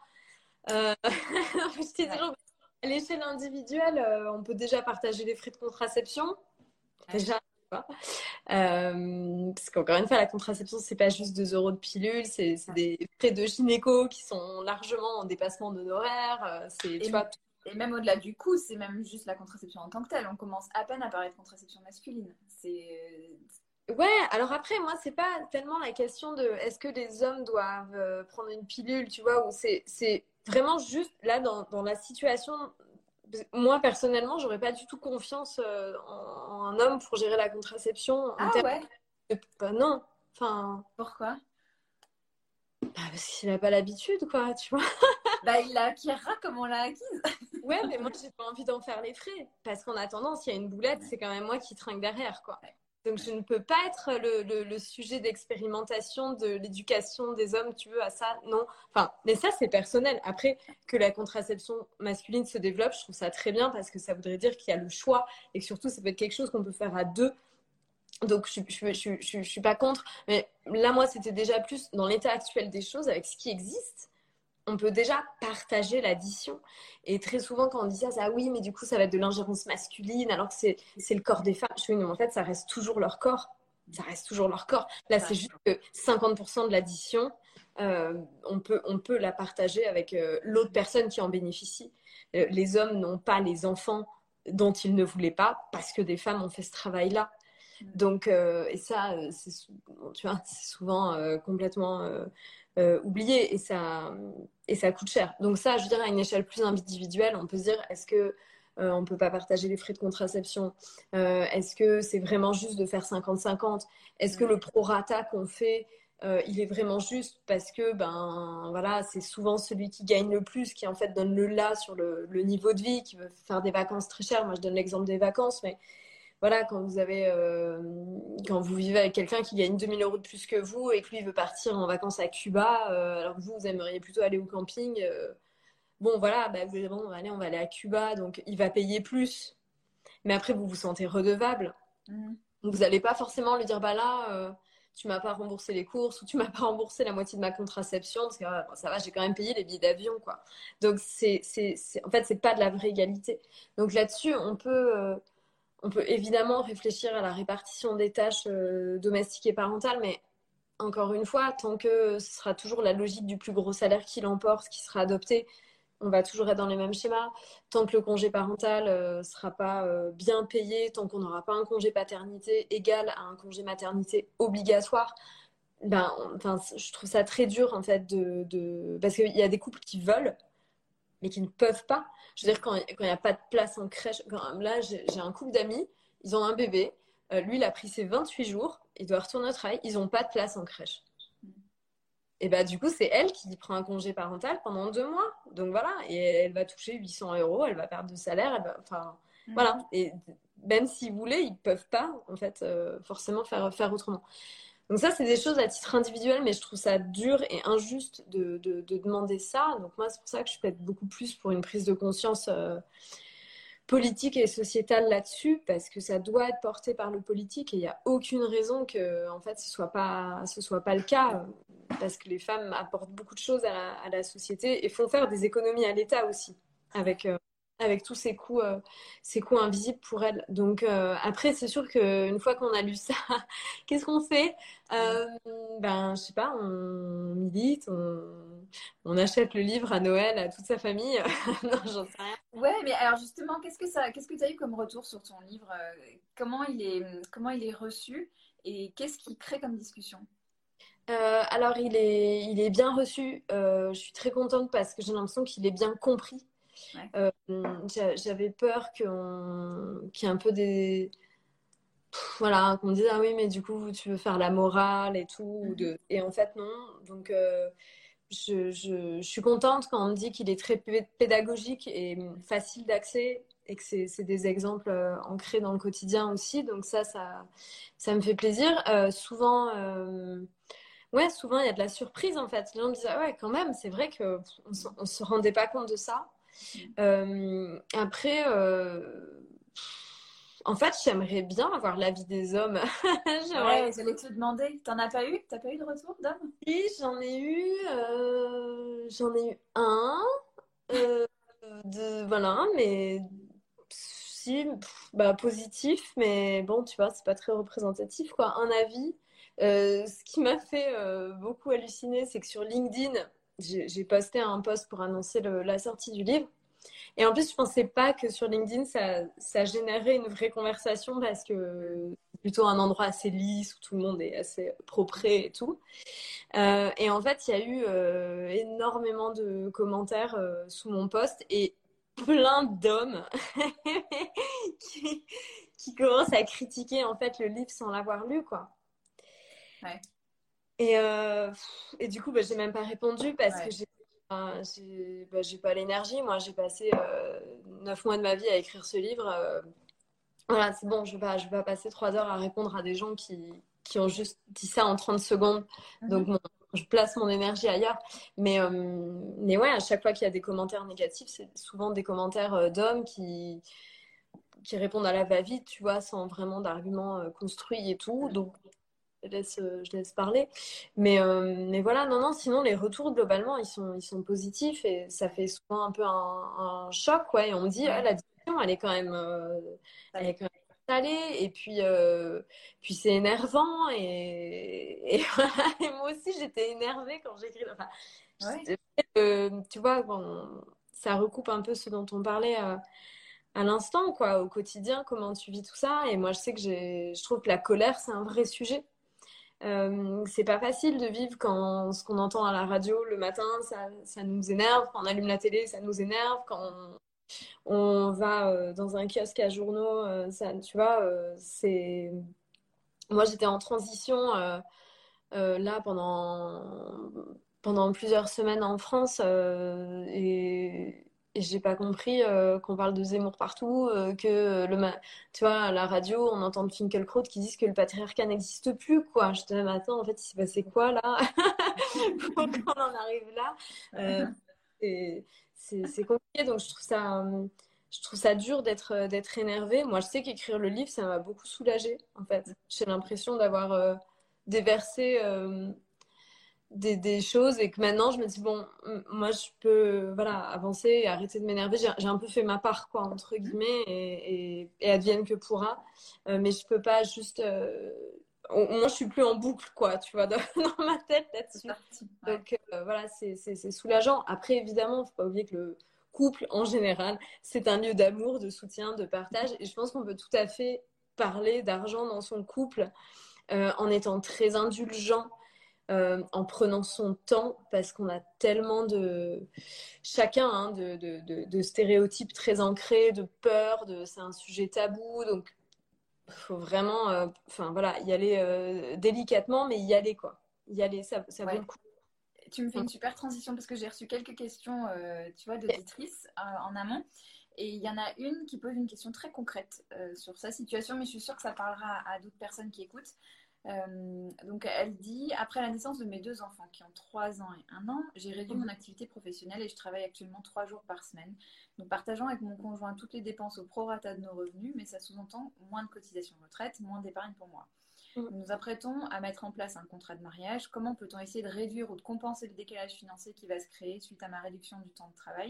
Je t'ai dit, à l'échelle individuelle, on peut déjà partager les frais de contraception. Déjà, parce qu'encore une fois, la contraception, c'est pas juste 2 euros de pilule, c'est des frais de gynéco qui sont largement en dépassement d'honoraires. Et même au-delà du coût, c'est même juste la contraception en tant que telle. On commence à peine à parler de contraception masculine. Ouais, alors après, moi, c'est pas tellement la question de est-ce que les hommes doivent prendre une pilule, tu vois, ou c'est vraiment juste là dans la situation. Moi, personnellement, j'aurais pas du tout confiance en un homme pour gérer la contraception. Ouais? Bah, non. Enfin. Pourquoi? Bah, parce qu'il a pas l'habitude, quoi, tu vois. Bah, il la acquérera comme on l'a acquise. Ouais, mais moi, j'ai pas envie d'en faire les frais. Parce qu'en attendant, s'il y a une boulette, c'est quand même moi qui trinque derrière, quoi. Donc, je ne peux pas être le sujet d'expérimentation de l'éducation des hommes, tu veux, à ça. Non. Enfin, mais ça, c'est personnel. Après, que la contraception masculine se développe, je trouve ça très bien parce que ça voudrait dire qu'il y a le choix et que surtout, ça peut être quelque chose qu'on peut faire à deux. Donc, je suis pas contre. Mais là, moi, c'était déjà plus dans l'état actuel des choses avec ce qui existe. On peut déjà partager l'addition. Et très souvent, quand on dit ça, oui, mais du coup, ça va être de l'ingérence masculine, alors que c'est le corps des femmes. Je dis, non, en fait, ça reste toujours leur corps. Ça reste toujours leur corps. Là, c'est juste que 50% de l'addition, on peut la partager avec l'autre personne qui en bénéficie. Les hommes n'ont pas les enfants dont ils ne voulaient pas parce que des femmes ont fait ce travail-là. Donc, et ça, tu vois, c'est souvent complètement oublié et ça coûte cher. Donc ça, je veux dire, à une échelle plus individuelle, on peut se dire, est-ce que on peut pas partager les frais de contraception? Est-ce que c'est vraiment juste de faire 50-50? Est-ce que le prorata qu'on fait, il est vraiment juste parce que ben voilà, c'est souvent celui qui gagne le plus qui en fait donne le là sur le niveau de vie, qui veut faire des vacances très chères. Moi, je donne l'exemple des vacances, mais voilà, quand vous vivez avec quelqu'un qui gagne 2000 euros de plus que vous et que lui veut partir en vacances à Cuba, alors que vous aimeriez plutôt aller au camping, bon, voilà, bah, vous allez, bon, allez, on va aller à Cuba, donc il va payer plus. Mais après, vous vous sentez redevable. Donc, vous n'allez pas forcément lui dire, bah là, tu m'as pas remboursé les courses ou tu m'as pas remboursé la moitié de ma contraception parce que bon, ça va, j'ai quand même payé les billets d'avion, quoi. Donc, en fait, c'est pas de la vraie égalité. Donc là-dessus, on peut évidemment réfléchir à la répartition des tâches domestiques et parentales, mais encore une fois, tant que ce sera toujours la logique du plus gros salaire qui l'emporte, qui sera adoptée, on va toujours être dans les mêmes schémas. Tant que le congé parental ne sera pas bien payé, tant qu'on n'aura pas un congé paternité égal à un congé maternité obligatoire, je trouve ça très dur en fait parce qu'il y a des couples qui veulent mais qui ne peuvent pas. Je veux dire, quand il n'y a pas de place en crèche, là, j'ai un couple d'amis, ils ont un bébé, lui, il a pris ses 28 jours, il doit retourner au travail, ils n'ont pas de place en crèche. Et bah, du coup, c'est elle qui prend un congé parental pendant 2 mois. Donc voilà, et elle va toucher 800 euros, elle va perdre de salaire, voilà. Et même s'ils voulaient, ils ne peuvent pas, en fait, forcément faire autrement. Donc ça, c'est des choses à titre individuel, mais je trouve ça dur et injuste de demander ça. Donc moi, c'est pour ça que je peux être beaucoup plus pour une prise de conscience politique et sociétale là-dessus, parce que ça doit être porté par le politique et il n'y a aucune raison que, en fait, ce soit pas le cas, parce que les femmes apportent beaucoup de choses à la société et font faire des économies à l'État aussi avec avec tous ces coups invisibles pour elle. Donc après, c'est sûr qu'une fois qu'on a lu ça, qu'est-ce qu'on fait? Ben, je sais pas, on milite, on achète le livre à Noël à toute sa famille. Non, j'en sais rien. Ouais, mais alors justement, qu'est-ce que tu as eu comme retour sur ton livre? Comment il est reçu et qu'est-ce qui crée comme discussion? Alors, il est bien reçu. Je suis très contente parce que j'ai l'impression qu'il est bien compris. Ouais. J'avais peur qu'il y ait un peu des... Voilà, qu'on me dise, ah oui, mais du coup, tu veux faire la morale et tout. Et en fait, non. Donc, je suis contente quand on me dit qu'il est très pédagogique et facile d'accès et que c'est des exemples ancrés dans le quotidien aussi. Donc ça me fait plaisir. Souvent, il y a de la surprise en fait. Les gens me disent, ah ouais, quand même, c'est vrai qu'on se rendait pas compte de ça. Après, en fait, j'aimerais bien avoir l'avis des hommes. Ouais, j'allais te demander. T'en as pas eu? T'as pas eu de retour d'homme? Oui, j'en ai eu un, euh, voilà, mais si, bah, positif, mais bon, tu vois, c'est pas très représentatif, quoi. Un avis. Ce qui m'a fait beaucoup halluciner, c'est que sur LinkedIn, j'ai posté un post pour annoncer la sortie du livre. Et en plus, je pensais pas que sur LinkedIn, ça générait une vraie conversation parce que c'est plutôt un endroit assez lisse où tout le monde est assez propre et tout. Et en fait, il y a eu énormément de commentaires sous mon post et plein d'hommes qui, qui commencent à critiquer en fait le livre sans l'avoir lu, quoi. Ouais. Et du coup, bah, j'ai même pas répondu parce que Ouais. j'ai pas l'énergie. Moi, j'ai passé 9 mois de ma vie à écrire ce livre. Voilà, c'est bon, je vais pas passer 3 heures à répondre à des gens qui ont juste dit ça en 30 secondes. Donc, je place mon énergie ailleurs. Mais ouais, à chaque fois qu'il y a des commentaires négatifs, c'est souvent des commentaires d'hommes qui répondent à la va-vite, tu vois, sans vraiment d'arguments construits et tout. Donc, je laisse parler. Mais voilà, non, non, sinon, les retours, globalement, ils sont positifs et ça fait souvent un peu un choc, ouais. Et on me dit, ah, Ouais. la discussion, elle est Allez. quand même salée. Et puis c'est énervant. Et voilà. Et moi aussi, j'étais énervée quand j'écris. Enfin, Ouais. tu vois, ça recoupe un peu ce dont on parlait à l'instant, quoi, au quotidien, comment tu vis tout ça. Et moi, je sais que je trouve que la colère, c'est un vrai sujet. C'est pas facile de vivre quand ce qu'on entend à la radio le matin, ça nous énerve. Quand on allume la télé, ça nous énerve. Quand on va dans un kiosque à journaux, tu vois, c'est. Moi, j'étais en transition là pendant plusieurs semaines en France et j'ai pas compris qu'on parle de Zemmour partout, tu vois, à la radio, on entend de Finkielkraut qui disent que le patriarcat n'existe plus, quoi. Je te dis, mais attends, en fait, il s'est passé quoi là? Faut qu'on en arrive là. Euh, et c'est compliqué, donc je trouve ça dur d'être énervée. Moi, je sais qu'écrire le livre, ça m'a beaucoup soulagée, en fait. J'ai l'impression d'avoir déversé des choses et que maintenant, je me dis, bon, moi, je peux voilà, avancer et arrêter de m'énerver. J'ai un peu fait ma part, quoi, entre guillemets, et advienne que pourra. Mais je peux pas juste... moi, je suis plus en boucle, quoi, tu vois, dans ma tête C'est là-dessus. parti. Ouais. Donc voilà, c'est soulageant. Après, évidemment, faut pas oublier que le couple, en général, c'est un lieu d'amour, de soutien, de partage. Et je pense qu'on peut tout à fait parler d'argent dans son couple en étant très indulgent, en prenant son temps, parce qu'on a tellement de chacun hein, de stéréotypes très ancrés, de peur, c'est un sujet tabou. Donc, il faut vraiment enfin voilà, y aller délicatement, mais y aller, quoi. Y aller, ça vaut Ouais. le coup. Tu me fais une super transition parce que j'ai reçu quelques questions, tu vois, d'auditrices en amont. Et il y en a une qui pose une question très concrète sur sa situation, mais je suis sûre que ça parlera à d'autres personnes qui écoutent. Donc elle dit, après la naissance de mes deux enfants qui ont 3 ans et 1 an, j'ai réduit mon activité professionnelle et je travaille actuellement 3 jours par semaine. Donc partageant avec mon conjoint toutes les dépenses au prorata de nos revenus, mais ça sous-entend moins de cotisations retraite, moins d'épargne pour moi. Nous nous apprêtons à mettre en place un contrat de mariage. Comment peut-on essayer de réduire ou de compenser le décalage financier qui va se créer suite à ma réduction du temps de travail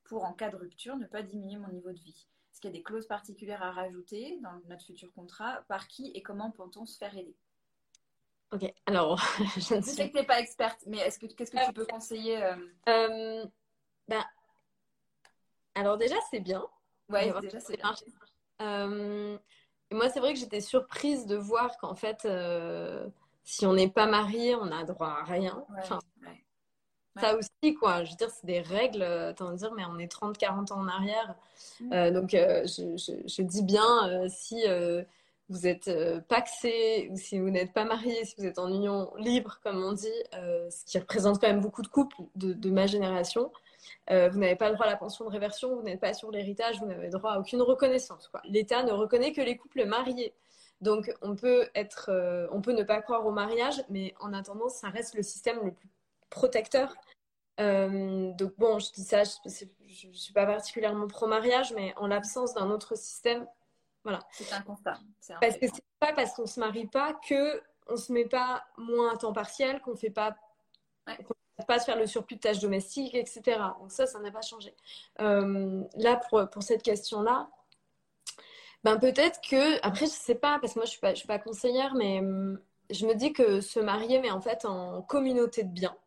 pour, en cas de rupture, ne pas diminuer mon niveau de vie? Est-ce qu'il y a des clauses particulières à rajouter dans notre futur contrat? Par qui et comment peut-on se faire aider? Ok, alors, je ne Je sais sais que tu n'es pas experte, mais qu'est-ce que tu peux conseiller? pas. Ben, alors déjà, c'est bien Ouais, d'avoir déjà, c'est bien. démarché. Et moi, c'est vrai que j'étais surprise de voir qu'en fait, si on n'est pas marié, on n'a droit à rien. Ouais, Enfin, ouais, ça ouais. aussi, quoi. Je veux dire, c'est des règles, t'en dire, mais on est 30, 40 ans en arrière. Mm. Donc, je dis bien, si vous êtes pacsé ou si vous n'êtes pas marié, si vous êtes en union libre, comme on dit, ce qui représente quand même beaucoup de couples de ma génération, vous n'avez pas le droit à la pension de réversion, vous n'êtes pas sur l'héritage, vous n'avez droit à aucune reconnaissance, quoi. L'État ne reconnaît que les couples mariés. Donc, on peut ne pas croire au mariage, mais en attendant, ça reste le système le plus protecteur. Donc bon, je dis ça, je suis pas particulièrement pro-mariage, mais en l'absence d'un autre système, voilà. C'est un constat, c'est un Parce fait. que c'est pas parce qu'on se marie pas que on se met pas moins à temps partiel, qu'on fait pas, Ouais. qu'on ne pas se faire le surplus de tâches domestiques, etc. Donc ça n'a pas changé. Là, pour cette question-là, ben peut-être que, après, je sais pas, parce que moi je suis pas conseillère, mais je me dis que se marier, mais en fait en communauté de biens,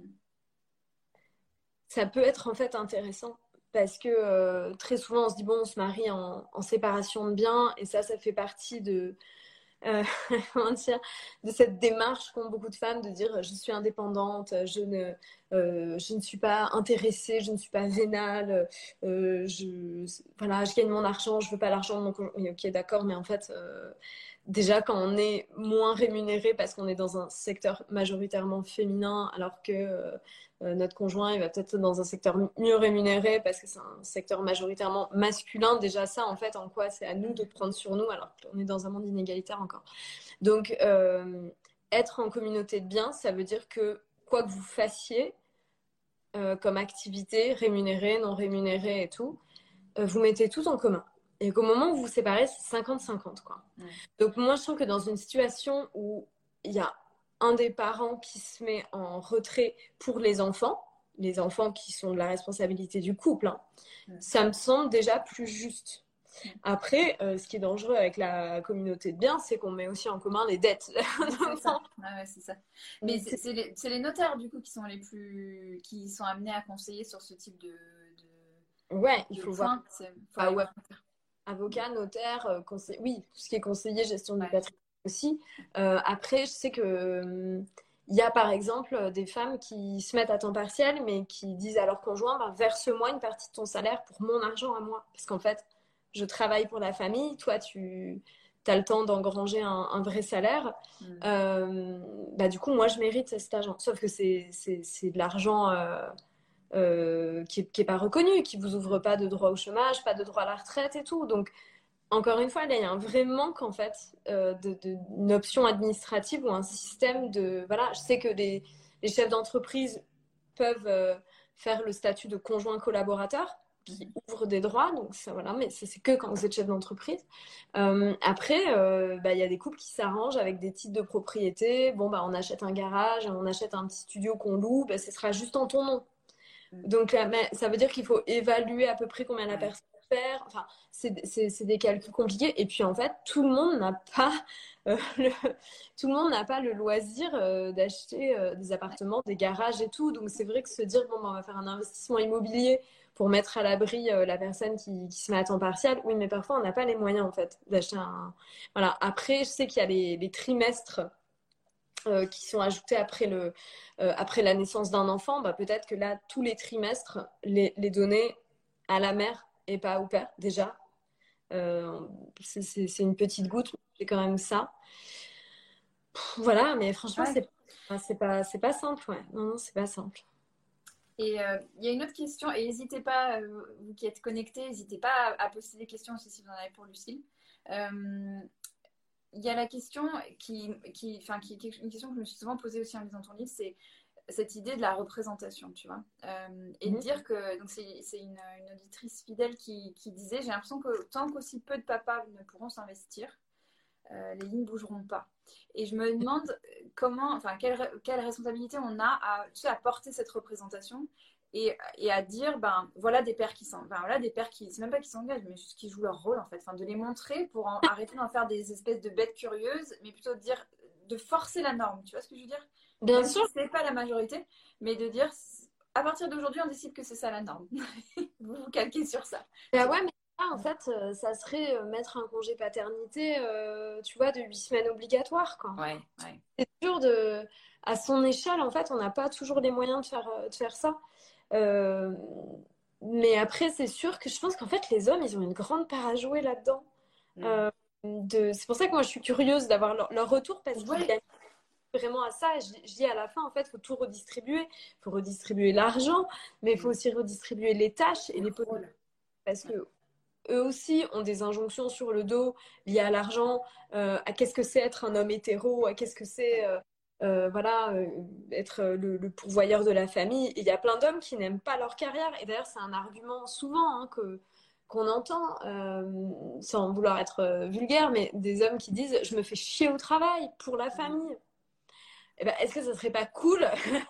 ça peut être en fait intéressant parce que très souvent on se dit bon on se marie en séparation de biens et ça fait partie de euh, comment dire, de cette démarche qu'ont beaucoup de femmes de dire je suis indépendante, je ne suis pas intéressée, je ne suis pas vénale, voilà, je gagne mon argent, je veux pas l'argent de mon conjoint. Oui, ok, d'accord, mais en fait, déjà quand on est moins rémunéré parce qu'on est dans un secteur majoritairement féminin, alors que notre conjoint il va peut-être dans un secteur mieux rémunéré parce que c'est un secteur majoritairement masculin, déjà ça en fait en quoi c'est à nous de prendre sur nous alors qu'on est dans un monde inégalitaire encore. Donc être en communauté de biens, ça veut dire que quoi que vous fassiez comme activité, rémunérée, non rémunérée et tout, vous mettez tout en commun. Et qu'au moment où vous vous séparez, c'est 50-50, quoi. Donc moi, je trouve que dans une situation où il y a un des parents qui se met en retrait pour les enfants qui sont de la responsabilité du couple, hein, ça me semble déjà plus juste. Après, ce qui est dangereux avec la communauté de biens, c'est qu'on met aussi en commun les dettes. C'est ça. Ah ouais, c'est ça. Mais c'est les notaires du coup qui sont amenés à conseiller sur ce type Ouais, il de faut point. voir. Ouais. Avocat, notaire, oui, tout ce qui est conseiller, gestion du patrimoine aussi. Après, je sais que il y a par exemple des femmes qui se mettent à temps partiel, mais qui disent à leur conjoint, bah, verse-moi une partie de ton salaire pour mon argent à moi. Parce qu'en fait, je travaille pour la famille, toi, tu as le temps d'engranger un vrai salaire. Bah, du coup, moi, je mérite cet argent. Sauf que c'est de l'argent qui est pas reconnu, qui vous ouvre pas de droit au chômage, pas de droit à la retraite et tout. Donc, encore une fois, là, il y a un vrai manque en fait d'une option administrative ou un système de. Voilà, je sais que les chefs d'entreprise peuvent faire le statut de conjoint collaborateur qui ouvre des droits, donc ça, voilà, mais c'est que quand vous êtes chef d'entreprise. Après, bah, y a des couples qui s'arrangent avec des titres de propriété. Bon, bah, on achète un garage, on achète un petit studio qu'on loue, bah, ce sera juste en ton nom. Donc là, ça veut dire qu'il faut évaluer à peu près combien la personne faire. Enfin, c'est des calculs compliqués. Et puis en fait, tout le monde n'a pas tout le monde n'a pas le loisir d'acheter des appartements, des garages et tout. Donc c'est vrai que se dire bon, ben, on va faire un investissement immobilier pour mettre à l'abri la personne qui se met à temps partiel. Oui, mais parfois on n'a pas les moyens en fait d'acheter un. Voilà. Après, je sais qu'il y a les trimestres qui sont ajoutés après la naissance d'un enfant, bah, peut-être que là, tous les trimestres, les donner à la mère et pas au père, déjà. C'est une petite goutte, mais c'est quand même ça. Voilà, mais franchement, c'est pas simple, ouais. Non, c'est pas simple. Et il y a une autre question, et n'hésitez pas, vous qui êtes connectés, n'hésitez pas à poser des questions aussi si vous en avez pour Lucille. Il y a la question qui est une question que je me suis souvent posée aussi en lisant ton livre, c'est cette idée de la représentation, tu vois. Et de dire que, donc c'est une auditrice fidèle qui disait, j'ai l'impression que tant qu'aussi peu de papas ne pourront s'investir, les lignes ne bougeront pas. Et je me demande quelle responsabilité on a à porter cette représentation et à dire, ben, voilà des pères qui s'en, ben, voilà des pères qui, c'est même pas qui s'engagent, mais juste qui jouent leur rôle en fait, enfin, de les montrer pour arrêter d'en faire des espèces de bêtes curieuses, mais plutôt de dire, de forcer la norme, tu vois ce que je veux dire? Bien Même si sûr. c'est pas la majorité, mais de dire, à partir d'aujourd'hui, on décide que c'est ça la norme. Vous vous calquez sur ça. Bah ouais, mais là, en fait, ça serait mettre un congé paternité, tu vois, de 8 semaines obligatoire, quoi. Ouais, ouais. C'est dur de... À son échelle, en fait, on n'a pas toujours les moyens de faire ça. Euh, Mais après, c'est sûr que je pense qu'en fait, les hommes, ils ont une grande part à jouer là-dedans. Euh, C'est pour ça que moi, je suis curieuse d'avoir leur retour parce qu'ils Ouais. gagnent vraiment à ça. Je dis à la fin, en fait, il faut tout redistribuer. Il faut redistribuer l'argent, mais il faut aussi redistribuer les tâches et les possibilités. Rôle. Parce que eux aussi ont des injonctions sur le dos liées à l'argent, à qu'est-ce que c'est être un homme hétéro, à qu'est-ce que c'est voilà, être le pourvoyeur de la famille. Et il y a plein d'hommes qui n'aiment pas leur carrière. Et d'ailleurs, c'est un argument souvent qu'on entend, sans vouloir être vulgaire, mais des hommes qui disent je me fais chier au travail pour la famille. Eh ben, est-ce que ça serait pas cool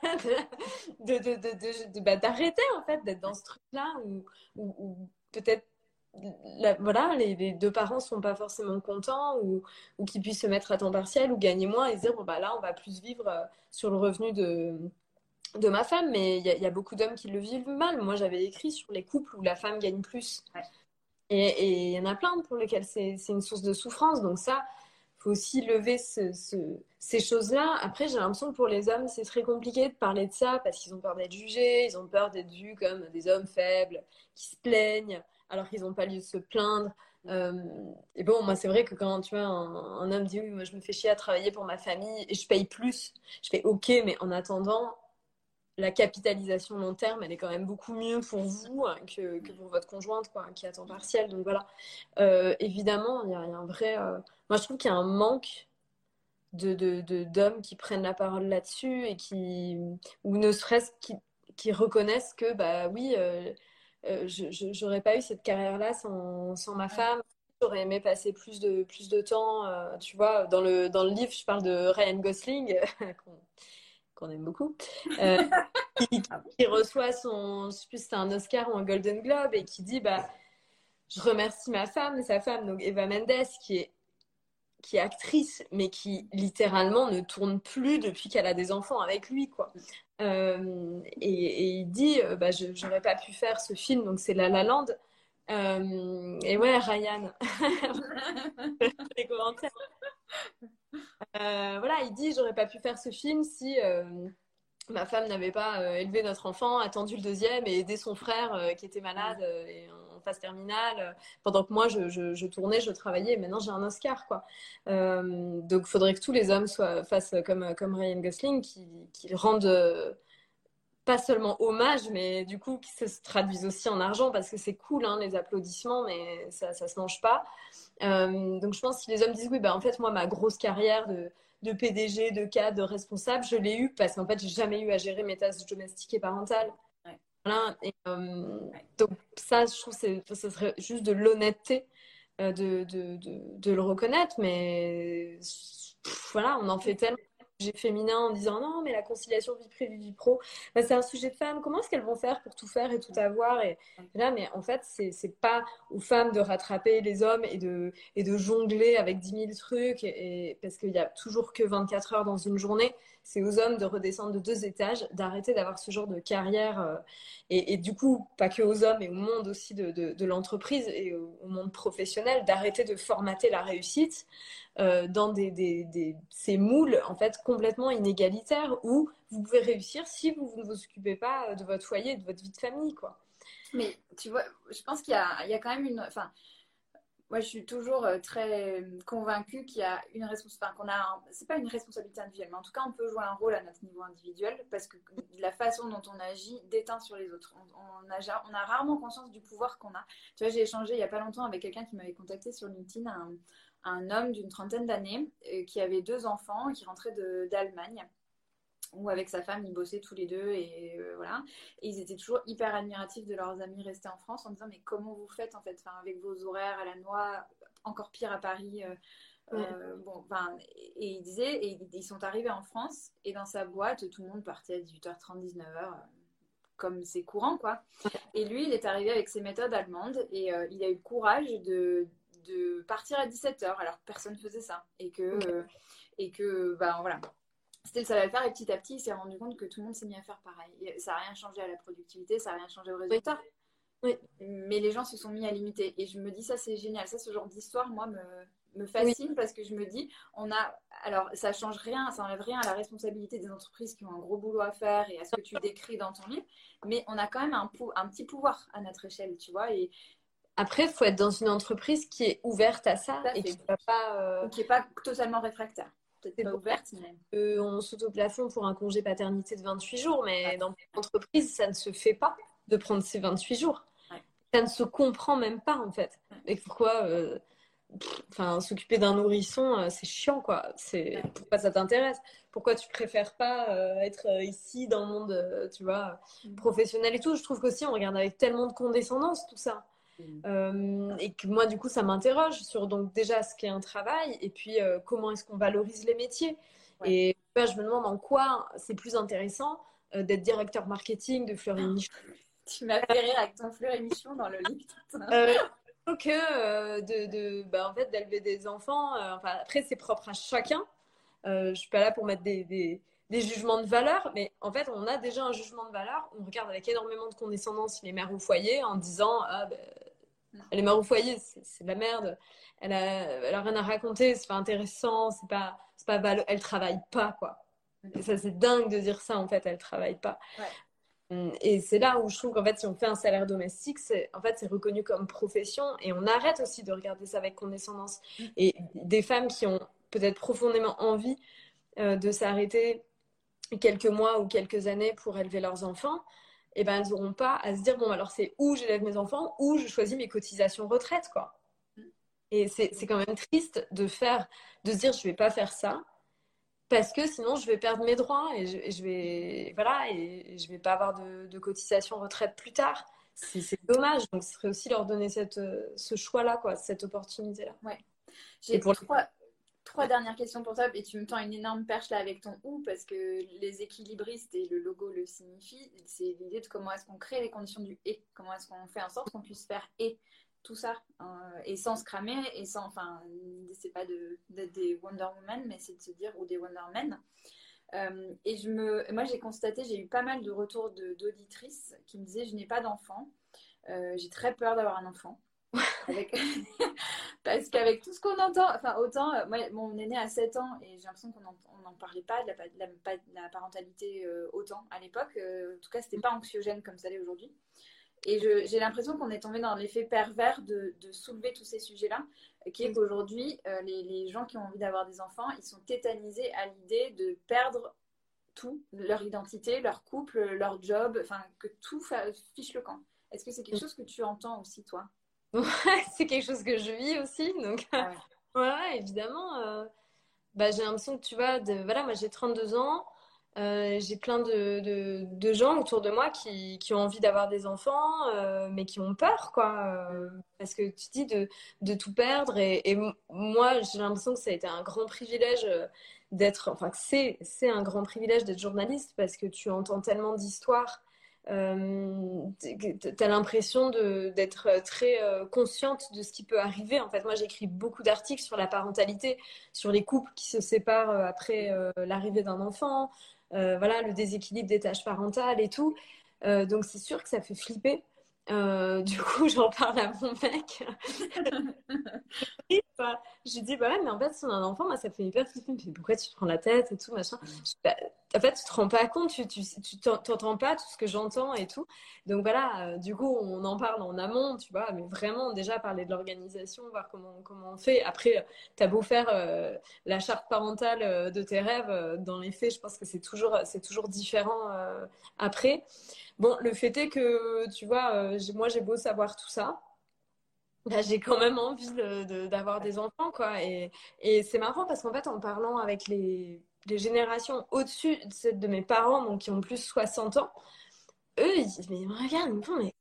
d'arrêter en fait d'être dans ce truc-là où peut-être voilà, les deux parents sont pas forcément contents ou qu'ils puissent se mettre à temps partiel ou gagner moins et se dire bon bah là on va plus vivre sur le revenu de ma femme, mais il y a beaucoup d'hommes qui le vivent mal. Moi j'avais écrit sur les couples où la femme gagne plus Ouais. et il y en a plein pour lesquels c'est une source de souffrance, donc ça faut aussi lever ces choses-là. Après, j'ai l'impression que pour les hommes, c'est très compliqué de parler de ça parce qu'ils ont peur d'être jugés, ils ont peur d'être vus comme des hommes faibles qui se plaignent alors qu'ils n'ont pas lieu de se plaindre. Euh, et bon, moi, c'est vrai que quand tu vois un homme dit oui, moi je me fais chier à travailler pour ma famille et je paye plus, je fais ok, mais en attendant, la capitalisation long terme, elle est quand même beaucoup mieux pour vous hein, que pour votre conjointe quoi, qui est à temps partiel. Donc voilà, évidemment, il y a un vrai. Moi, je trouve qu'il y a un manque d'hommes qui prennent la parole là-dessus et ou ne serait-ce qui reconnaissent que, bah oui, j'aurais pas eu cette carrière-là sans ma Ouais. femme. J'aurais aimé passer plus de temps, tu vois. Dans le livre, je parle de Ryan Gosling, qu'on aime beaucoup, euh, qui reçoit je sais plus si c'est un Oscar ou un Golden Globe, et qui dit, bah, je remercie ma femme, sa femme, donc Eva Mendes, qui est actrice, mais qui littéralement ne tourne plus depuis qu'elle a des enfants avec lui, quoi. Et il dit, bah, j'aurais pas pu faire ce film, donc c'est La La Land. Et ouais, Ryan, les commentaires. Voilà, il dit, j'aurais pas pu faire ce film si ma femme n'avait pas élevé notre enfant, attendu le deuxième et aidé son frère qui était malade et en phase terminale, pendant que moi je tournais, je travaillais et maintenant j'ai un Oscar quoi. Donc il faudrait que tous les hommes fassent comme Ryan Gosling, qui rendent pas seulement hommage, mais du coup qui se traduisent aussi en argent parce que c'est cool hein, les applaudissements, mais ça se mange pas. Donc je pense que si les hommes disent oui, bah, en fait, moi, ma grosse carrière de PDG, de cadre, de responsable, je l'ai eue parce qu'en fait, j'ai jamais eu à gérer mes tâches domestiques et parentales. Ouais. Voilà. Et, Ouais. donc ça, je trouve que ce serait juste de l'honnêteté de le reconnaître, mais voilà, on en fait tellement. J'ai féminin en disant non, mais la conciliation vie privée, vie pro, bah, c'est un sujet de femmes. Comment est-ce qu'elles vont faire pour tout faire et tout avoir et là, mais en fait, c'est pas aux femmes de rattraper les hommes et de jongler avec 10 000 trucs, parce qu'il y a toujours que 24 heures dans une journée. C'est aux hommes de redescendre de 2 étages, d'arrêter d'avoir ce genre de carrière. Et du coup, pas que aux hommes, mais au monde aussi de l'entreprise et au monde professionnel, d'arrêter de formater la réussite dans ces moules en fait complètement inégalitaires où vous pouvez réussir si vous ne vous occupez pas de votre foyer et de votre vie de famille, quoi. Mais tu vois, je pense il y a quand même une. Enfin, moi, je suis toujours très convaincue qu'il y a une responsabilité. Enfin, c'est pas une responsabilité individuelle, mais en tout cas, on peut jouer un rôle à notre niveau individuel parce que la façon dont on agit déteint sur les autres. On a rarement conscience du pouvoir qu'on a. Tu vois, j'ai échangé il y a pas longtemps avec quelqu'un qui m'avait contacté sur LinkedIn, un homme d'une trentaine d'années qui avait 2 enfants et qui rentrait d'Allemagne où avec sa femme, ils bossaient tous les deux et voilà. Et ils étaient toujours hyper admiratifs de leurs amis restés en France en disant mais comment vous faites en fait, enfin, avec vos horaires à la noix, encore pire à Paris. Bon, enfin, et ils disaient, et ils sont arrivés en France et dans sa boîte, tout le monde partait à 18h30, 19h comme c'est courant, quoi. Et lui, il est arrivé avec ses méthodes allemandes et il a eu le courage de partir à 17h alors que personne ne faisait ça. Et que bah, voilà, c'était le seul à le faire. Et petit à petit, il s'est rendu compte que tout le monde s'est mis à faire pareil. Et ça n'a rien changé à la productivité, ça n'a rien changé au résultat. Oui. Mais les gens se sont mis à limiter. Et je me dis, ça, c'est génial. Ça, ce genre d'histoire, moi, me fascine parce que je me dis, alors, ça change rien, ça enlève rien à la responsabilité des entreprises qui ont un gros boulot à faire et à ce que tu décris dans ton livre. Mais on a quand même un petit pouvoir à notre échelle, tu vois. Et après, il faut être dans une entreprise qui est ouverte à ça et qui va pas. Qui n'est pas totalement réfractaire. Peut-être pas ouverte, mais. On saute au plafond pour un congé paternité de 28 jours, mais dans l'entreprise, ça ne se fait pas de prendre ces 28 jours. Ouais. Ça ne se comprend même pas, en fait. Et pourquoi s'occuper d'un nourrisson, c'est chiant, quoi. Pourquoi ça t'intéresse? Pourquoi tu préfères pas être ici dans le monde, tu vois, professionnel et tout? Je trouve qu'aussi, on regarde avec tellement de condescendance tout ça. Et que moi, du coup, ça m'interroge sur donc déjà ce qu'est un travail et puis comment est-ce qu'on valorise les métiers. Ouais. Et je me demande en quoi c'est plus intéressant d'être directeur marketing de Fleury Michon. Tu m'as fait rire avec ton Fleury Michon dans le livre. Que en fait, d'élever des enfants. Après, c'est propre à chacun. Je suis pas là pour mettre des jugements de valeur, mais en fait, on a déjà un jugement de valeur. On regarde avec énormément de condescendance les mères au foyer en disant elle est mère au foyer, c'est de la merde. Elle a rien à raconter, c'est pas intéressant, elle travaille pas, quoi. Et ça, c'est dingue de dire ça, en fait, elle travaille pas. Ouais. Et c'est là où je trouve qu'en fait, si on fait un salaire domestique, c'est reconnu comme profession et on arrête aussi de regarder ça avec condescendance. Et des femmes qui ont peut-être profondément envie de s'arrêter quelques mois ou quelques années pour élever leurs enfants, et elles n'auront pas à se dire bon, alors c'est où j'élève mes enfants ou je choisis mes cotisations retraite, quoi. Et c'est quand même triste de se dire je vais pas faire ça parce que sinon je vais perdre mes droits et je vais pas avoir de cotisation retraite plus tard. C'est dommage. Donc ce serait aussi leur donner ce choix-là, quoi, cette opportunité-là. Ouais. J'ai trois dernières questions pour toi et tu me tends une énorme perche là avec ton ou parce que les équilibristes et le logo le signifient, c'est l'idée de comment est-ce qu'on crée les conditions du et, comment est-ce qu'on fait en sorte qu'on puisse faire et tout ça et sans se cramer et sans, enfin l'idée c'est pas d'être des Wonder Woman mais c'est de se dire ou des Wonder Men. Moi j'ai constaté, j'ai eu pas mal de retours d'auditrices qui me disaient je n'ai pas d'enfant, j'ai très peur d'avoir un enfant. Parce qu'avec tout ce qu'on entend, enfin autant, moi mon aîné a 7 ans et j'ai l'impression qu'on n'en parlait pas de la parentalité autant à l'époque. En tout cas, c'était pas anxiogène comme ça l'est aujourd'hui. Et j'ai l'impression qu'on est tombé dans l'effet pervers de soulever tous ces sujets-là, qui est qu'aujourd'hui, les gens qui ont envie d'avoir des enfants, ils sont tétanisés à l'idée de perdre tout, leur identité, leur couple, leur job, enfin que tout fiche le camp. Est-ce que c'est quelque chose que tu entends aussi, toi? Ouais, c'est quelque chose que je vis aussi. Donc, ouais, évidemment. J'ai l'impression que tu vois, moi j'ai 32 ans. J'ai plein de gens autour de moi qui ont envie d'avoir des enfants, mais qui ont peur, quoi. Parce que tu dis de tout perdre. Et moi, j'ai l'impression que ça a été un grand privilège que c'est un grand privilège d'être journaliste parce que tu entends tellement d'histoires. T'as l'impression d'être très consciente de ce qui peut arriver. En fait, moi, j'écris beaucoup d'articles sur la parentalité, sur les couples qui se séparent après l'arrivée d'un enfant, le déséquilibre des tâches parentales et tout. Donc, c'est sûr que ça fait flipper. Du coup, j'en parle à mon mec. Je dis, ouais, mais en fait, si on a un enfant, moi, ça fait hyper flipper. Mais pourquoi tu te prends la tête et tout, machin. En fait, tu te rends pas compte, tu t'entends pas tout ce que j'entends et tout. Donc voilà, du coup, on en parle en amont, tu vois, mais vraiment, déjà, parler de l'organisation, voir comment on fait. Après, t'as beau faire la charte parentale de tes rêves, dans les faits, je pense que c'est toujours différent après. Bon, le fait est que, tu vois, moi, j'ai beau savoir tout ça. J'ai quand même envie d'avoir des enfants, quoi. Et c'est marrant parce qu'en fait, en parlant avec les générations au-dessus de mes parents, donc qui ont plus de 60 ans, eux, ils disent, mais regarde, mais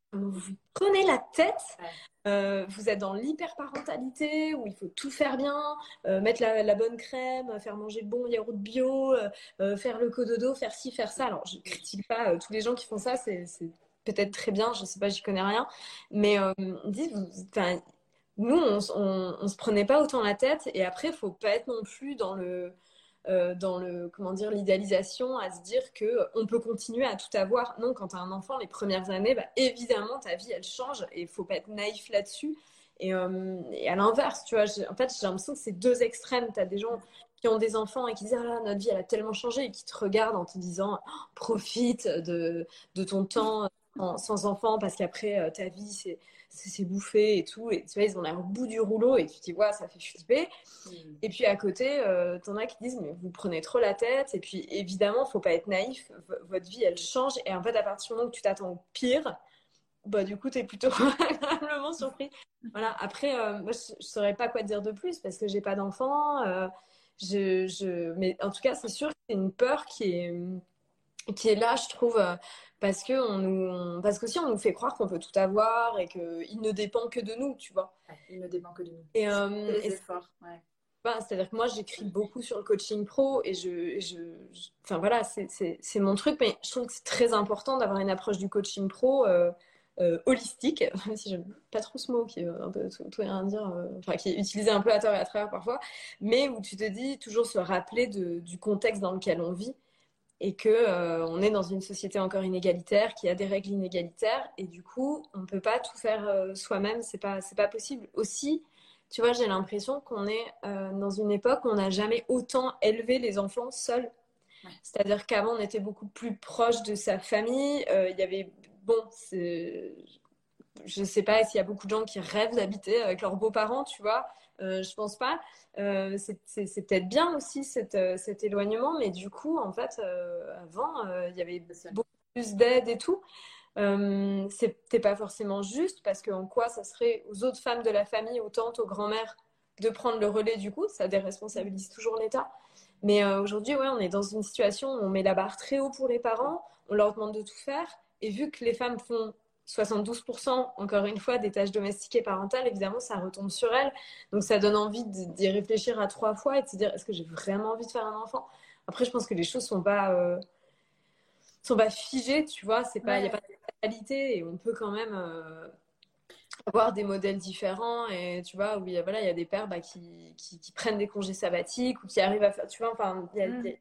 vous prenez la tête, Ouais. vous êtes dans l'hyperparentalité où il faut tout faire bien, mettre la bonne crème, faire manger le bon yaourt bio, faire le cododo, faire ci, faire ça. Alors, je ne critique pas tous les gens qui font ça, c'est peut-être très bien, je ne sais pas, j'y connais rien. Mais dites, nous, on se prenait pas autant la tête et après, il faut pas être non plus dans le comment dire, l'idéalisation, à se dire que on peut continuer à tout avoir. Non, quand tu as un enfant, les premières années, bah, évidemment, ta vie, elle change et il faut pas être naïf là-dessus. Et à l'inverse, tu vois, en fait, j'ai l'impression que c'est deux extrêmes. Tu as des gens qui ont des enfants et qui disent ah là, notre vie, elle a tellement changé et qui te regardent en te disant oh, profite de ton temps sans enfant parce qu'après, ta vie, c'est bouffé et tout. Et tu vois, ils ont l'air au bout du rouleau et tu te dis, ouais, ça fait flipper. Et puis à côté, t'en as qui disent, mais vous prenez trop la tête. Et puis évidemment, faut pas être naïf. Votre vie, elle change. Et en fait, à partir du moment que tu t'attends au pire, bah du coup, t'es plutôt agréablement surpris. Voilà. Après, moi, je saurais pas quoi te dire de plus parce que j'ai pas d'enfant. Mais en tout cas, c'est sûr que c'est une peur qui est là, je trouve, parce qu'aussi on nous fait croire qu'on peut tout avoir et qu'il ne dépend que de nous, tu vois. Ouais, il ne dépend que de nous. Et, C'est les et efforts. Ouais. c'est-à-dire que moi, j'écris beaucoup sur le coaching pro et enfin voilà, c'est mon truc, mais je trouve que c'est très important d'avoir une approche du coaching pro holistique, même si j'aime pas trop ce mot qui est un peu tout et rien dire, enfin qui est utilisé un peu à tort et à travers parfois, mais où tu te dis toujours se rappeler du contexte dans lequel on vit et que on est dans une société encore inégalitaire, qui a des règles inégalitaires, et du coup, on peut pas tout faire soi-même, c'est pas possible. Aussi, tu vois, j'ai l'impression qu'on est dans une époque où on n'a jamais autant élevé les enfants seuls. Ouais. C'est-à-dire qu'avant, on était beaucoup plus proche de sa famille. Il y avait, bon, je sais pas s'il y a beaucoup de gens qui rêvent d'habiter avec leurs beaux-parents, tu vois. Je pense pas. C'est peut-être bien aussi cet éloignement, mais du coup, en fait, avant, il y avait beaucoup plus d'aide et tout. C'était pas forcément juste parce qu'en quoi ça serait aux autres femmes de la famille, aux tantes, aux grands-mères de prendre le relais du coup, ça déresponsabilise toujours l'État. Mais aujourd'hui, ouais, on est dans une situation où on met la barre très haut pour les parents, on leur demande de tout faire, et vu que les femmes font 72%, encore une fois, des tâches domestiques et parentales, évidemment, ça retombe sur elles. Donc ça donne envie d'y réfléchir à 3 fois et de se dire, est-ce que j'ai vraiment envie de faire un enfant? Après, je pense que les choses sont pas figées, tu vois, il n'y a pas de fatalité et on peut quand même avoir des modèles différents et tu vois, où voilà, il y a des pères qui prennent des congés sabbatiques ou qui arrivent à faire, tu vois, enfin,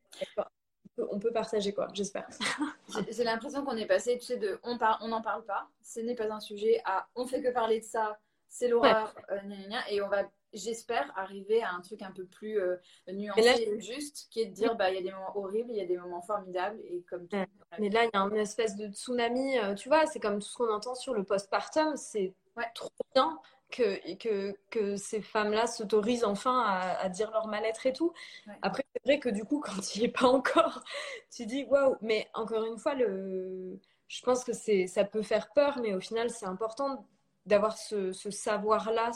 on peut partager quoi, j'espère. J'ai l'impression qu'on est passé, tu sais, on n'en parle pas, ce n'est pas un sujet, à on fait que parler de ça, c'est Ouais. l'horreur, gna gna gna, et on va, j'espère, arriver à un truc un peu plus Mais là, nuancé et juste, qui est de dire, bah, il y a des moments horribles, il y a des moments formidables, et comme tout. ouais. Mais là, il y a une espèce de tsunami, tu vois, c'est comme tout ce qu'on entend sur le postpartum, c'est trop bien que ces femmes-là s'autorisent enfin à dire leur mal-être et tout. Ouais. Après, c'est vrai que du coup, quand il n'y est pas encore, tu dis waouh, mais encore une fois, je pense que ça peut faire peur, mais au final, c'est important d'avoir ce savoir-là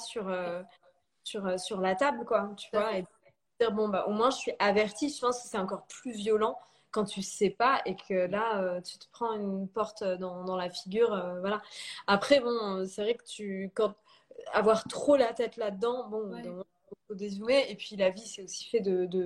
sur la table, quoi, tu vois, et de dire bon, bah, au moins, je suis avertie. Je pense que c'est encore plus violent quand tu sais pas et que là tu te prends une porte dans la figure, voilà. Après bon, c'est vrai que quand avoir trop la tête là-dedans, bon, faut dézoomer. Et puis la vie, c'est aussi fait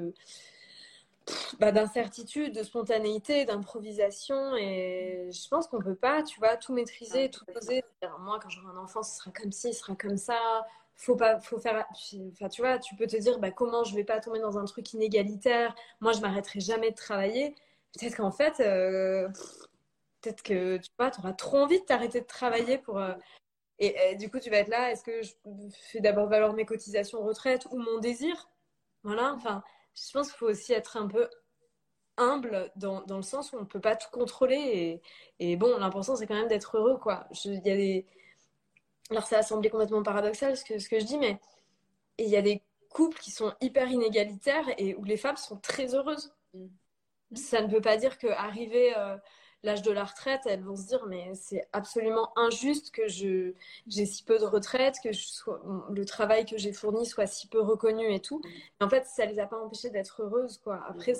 d'incertitude, de spontanéité, d'improvisation. Et je pense qu'on peut pas, tu vois, tout maîtriser, tout oser. Moi, quand j'aurai un enfant, ce sera comme ci, ce sera comme ça. Faut faire. Enfin, tu vois, tu peux te dire, comment je vais pas tomber dans un truc inégalitaire. Moi, je m'arrêterai jamais de travailler. Peut-être qu'en fait, peut-être que tu vois, auras trop envie de t'arrêter de travailler pour. Et du coup, tu vas être là. Est-ce que je fais d'abord valoir mes cotisations retraite ou mon désir? Voilà. Enfin, je pense qu'il faut aussi être un peu humble dans le sens où on ne peut pas tout contrôler. Et bon, l'important, c'est quand même d'être heureux, quoi. Il y a alors, ça va sembler complètement paradoxal ce que je dis, mais il y a des couples qui sont hyper inégalitaires et où les femmes sont très heureuses. Ça ne veut pas dire qu'arriver l'âge de la retraite, elles vont se dire mais c'est absolument injuste que j'ai si peu de retraite, que le travail que j'ai fourni soit si peu reconnu et tout. Et en fait, ça les a pas empêchées d'être heureuses, quoi. Après,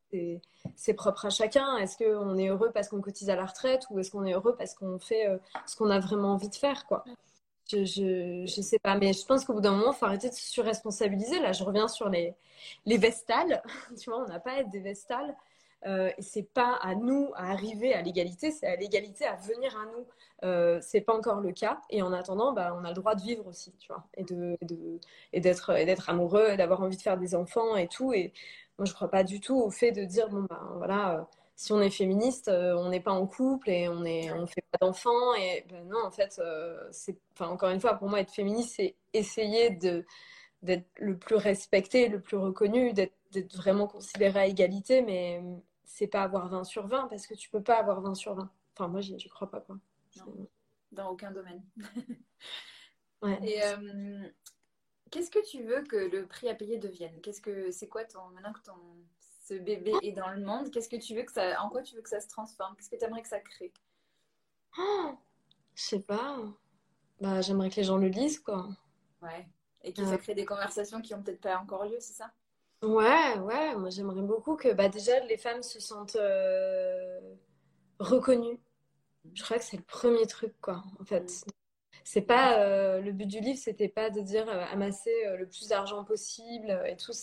c'est propre à chacun. Est-ce qu'on est heureux parce qu'on cotise à la retraite ou est-ce qu'on est heureux parce qu'on fait ce qu'on a vraiment envie de faire, quoi. Je sais pas, mais je pense qu'au bout d'un moment, il faut arrêter de se surresponsabiliser. Là, je reviens sur les vestales. Tu vois, on n'a pas à être des vestales. Et c'est pas à nous à arriver à l'égalité, c'est à l'égalité à venir à nous. C'est pas encore le cas. Et en attendant, bah, on a le droit de vivre aussi, tu vois, et d'être amoureux, et d'avoir envie de faire des enfants et tout. Et moi, je crois pas du tout au fait de dire, bon, bah, voilà, si on est féministe, on n'est pas en couple et on fait pas d'enfants. Et ben non, en fait, enfin, encore une fois, pour moi, être féministe, c'est essayer d'être le plus respecté, le plus reconnu, d'être vraiment considéré à égalité, mais c'est pas avoir 20 sur 20 parce que tu peux pas avoir 20 sur 20. Enfin, moi, j'y crois pas, quoi. Non, dans aucun domaine. Ouais. Et qu'est-ce que tu veux que le prix à payer devienne? C'est quoi maintenant que ce bébé est dans le monde, qu'est-ce que tu veux en quoi tu veux que ça se transforme? Qu'est-ce que tu aimerais que ça crée? Je sais pas. Bah, j'aimerais que les gens le lisent, quoi. Ouais. Et que ça crée des conversations qui ont peut-être pas encore lieu, c'est ça? Ouais, moi j'aimerais beaucoup que bah, déjà les femmes se sentent reconnues. Je crois que c'est le premier truc, quoi, en fait. C'est pas le but du livre, c'était pas de dire amasser le plus d'argent possible et tout.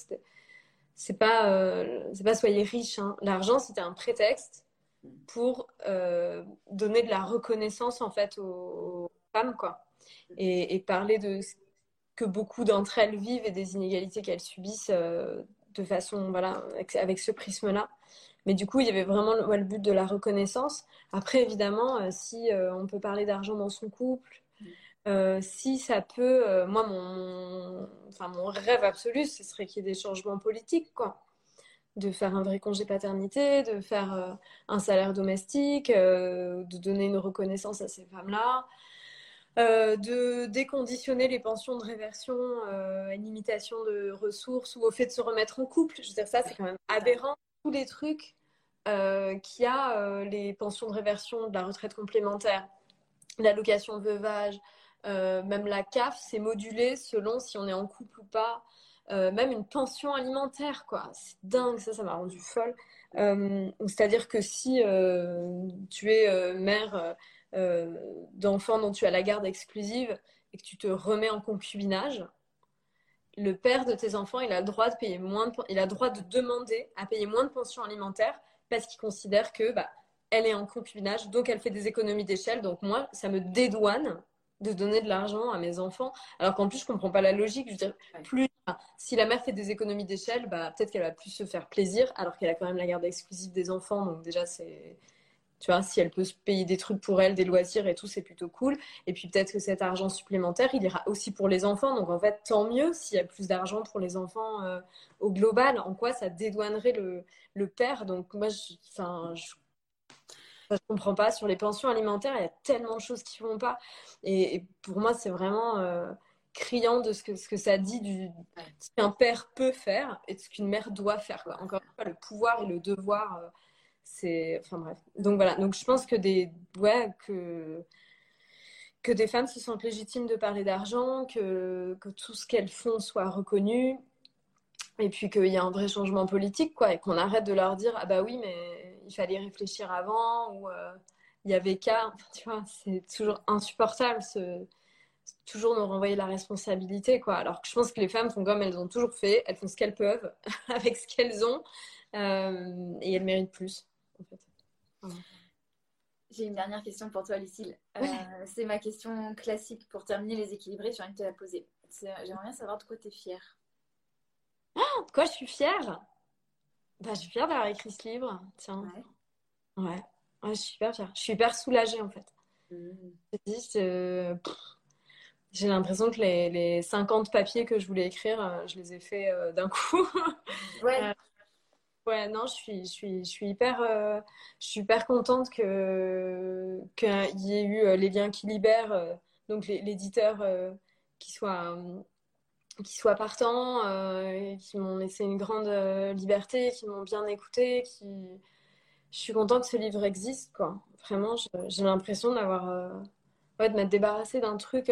C'est pas soyez riche, hein. L'argent, c'était un prétexte pour donner de la reconnaissance en fait aux femmes, quoi, et parler de ce que beaucoup d'entre elles vivent et des inégalités qu'elles subissent de façon, voilà, avec ce prisme-là. Mais du coup, il y avait vraiment le but de la reconnaissance. Après, évidemment, si on peut parler d'argent dans son couple, si ça peut, moi, mon rêve absolu, ce serait qu'il y ait des changements politiques, quoi. De faire un vrai congé paternité, de faire un salaire domestique, de donner une reconnaissance à ces femmes-là, de déconditionner les pensions de réversion à une limitation de ressources ou au fait de se remettre en couple. Je veux dire, ça, c'est quand même aberrant. Tous les trucs qu'il y a, les pensions de réversion, de la retraite complémentaire, l'allocation veuvage, même la CAF, c'est modulé selon si on est en couple ou pas. Même une pension alimentaire, quoi. C'est dingue, ça m'a rendu folle. C'est-à-dire que si tu es mère d'enfants dont tu as la garde exclusive et que tu te remets en concubinage, le père de tes enfants, il a le droit de payer il a le droit de demander à payer moins de pension alimentaire parce qu'il considère que bah, elle est en concubinage, donc elle fait des économies d'échelle. Donc moi, ça me dédouane de donner de l'argent à mes enfants, alors qu'en plus je comprends pas la logique. Je veux dire, plus si la mère fait des économies d'échelle, bah peut-être qu'elle va plus se faire plaisir, alors qu'elle a quand même la garde exclusive des enfants. Donc déjà c'est, tu vois, si elle peut se payer des trucs pour elle, des loisirs et tout, c'est plutôt cool. Et puis peut-être que cet argent supplémentaire, il ira aussi pour les enfants. Donc en fait, tant mieux s'il y a plus d'argent pour les enfants au global. En quoi ça dédouanerait le père? Donc moi, je comprends pas. Sur les pensions alimentaires, il y a tellement de choses qui vont pas. Et pour moi, c'est vraiment criant de ce que ça dit de ce qu'un père peut faire et de ce qu'une mère doit faire, quoi. Encore une fois, le pouvoir et le devoir. Enfin bref. Donc voilà. Donc je pense que que des femmes se sentent légitimes de parler d'argent, que tout ce qu'elles font soit reconnu, et puis qu'il y a un vrai changement politique, quoi, et qu'on arrête de leur dire ah bah oui, mais il fallait réfléchir avant, ou il y avait qu'à. Enfin, tu vois, c'est toujours insupportable, toujours nous renvoyer la responsabilité, quoi. Alors que je pense que les femmes font comme elles ont toujours fait, elles font ce qu'elles peuvent avec ce qu'elles ont, et elles méritent plus, en fait. Voilà. J'ai une dernière question pour toi, Lucille. C'est ma question classique pour terminer les équilibrés. J'ai envie de te la poser. J'aimerais bien savoir de quoi tu es fière. De quoi je suis fière? Bah, je suis fière d'avoir écrit ce livre. Tiens. Ouais. Je suis hyper fière. Je suis hyper soulagée, en fait. J'ai l'impression que les 50 papiers que je voulais écrire, je les ai faits d'un coup. Ouais. Ouais, non, je suis hyper contente qu'il y ait eu Les Liens qui libèrent, donc l'éditeur qui soit partants, et qui m'ont laissé une grande liberté, qui m'ont bien écouté, je suis contente que ce livre existe, quoi. Vraiment, j'ai l'impression de m'être débarrassée d'un truc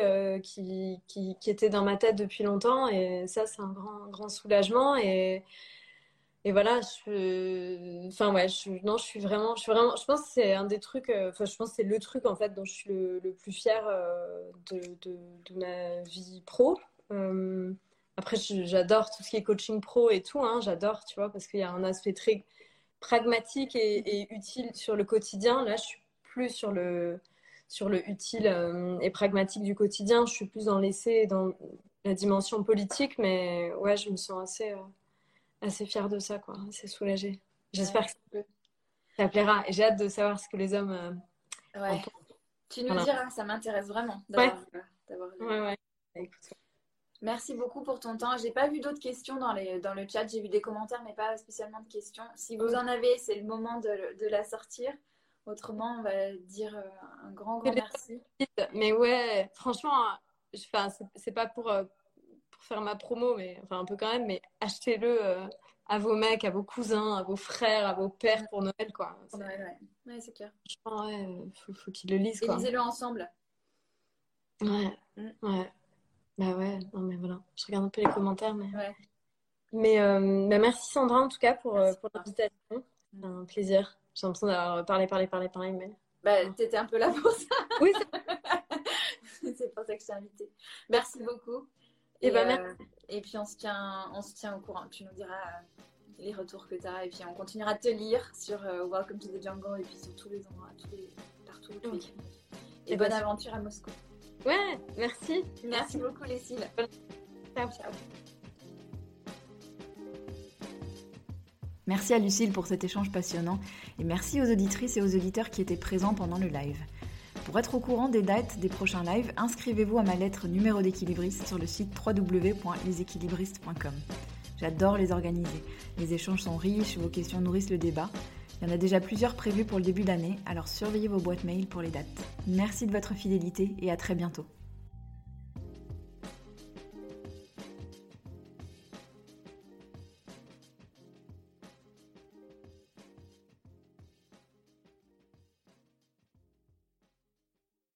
qui était dans ma tête depuis longtemps, et ça, c'est un grand, grand soulagement. Et Et voilà, enfin ouais, non, je pense que c'est un des trucs, enfin, je pense que c'est le truc en fait dont je suis le plus fière de ma vie pro. Euh, Après, j'adore tout ce qui est coaching pro et tout, hein, j'adore, tu vois, parce qu'il y a un aspect très pragmatique et utile sur le quotidien. Là, je suis plus sur le utile et pragmatique du quotidien. Je suis plus dans l'essai, dans la dimension politique, mais ouais, je me sens assez fière de ça, quoi. Assez soulagée. J'espère que ça plaira. Et j'ai hâte de savoir ce que les hommes en Ouais. pensent. Tu nous Voilà. diras, ça m'intéresse vraiment Ouais, d'avoir... ouais. Écoute, Merci beaucoup pour ton temps. J'ai pas vu d'autres questions dans le chat. J'ai vu des commentaires, mais pas spécialement de questions. Si vous en avez, c'est le moment de la sortir. Autrement, on va dire un grand merci. mais ouais, franchement, enfin, c'est pas pour faire ma promo, mais enfin un peu quand même, mais achetez-le à vos mecs, à vos cousins, à vos frères, à vos pères pour Noël, quoi. Ouais, c'est clair. Franchement, ouais, faut qu'ils le lisent, Et quoi. lisez-le ensemble. Ouais, ouais. Bah ouais, non mais voilà. Je regarde un peu les commentaires, mais. Ouais. Mais bah merci Sandra en tout cas pour l'invitation. C'est un plaisir. J'ai l'impression d'avoir parlé, mais. Bah, t'étais un peu là pour ça. Oui, c'est pour ça que je t'ai invitée. Merci beaucoup. Et bah merci. Et puis on se tient au courant. Tu nous diras les retours que tu as. Et puis on continuera de te lire sur Welcome to the Jungle et puis sur tous les endroits, partout où tu es. Et bonne aventure à Moscou. Ouais, merci. Merci beaucoup, Lécile. Ciao. Merci à Lucille pour cet échange passionnant et merci aux auditrices et aux auditeurs qui étaient présents pendant le live. Pour être au courant des dates des prochains lives, inscrivez-vous à ma lettre numéro d'équilibriste sur le site www.leséquilibristes.com. J'adore les organiser. Les échanges sont riches, vos questions nourrissent le débat. Il y en a déjà plusieurs prévus pour le début d'année, alors surveillez vos boîtes mail pour les dates. Merci de votre fidélité et à très bientôt.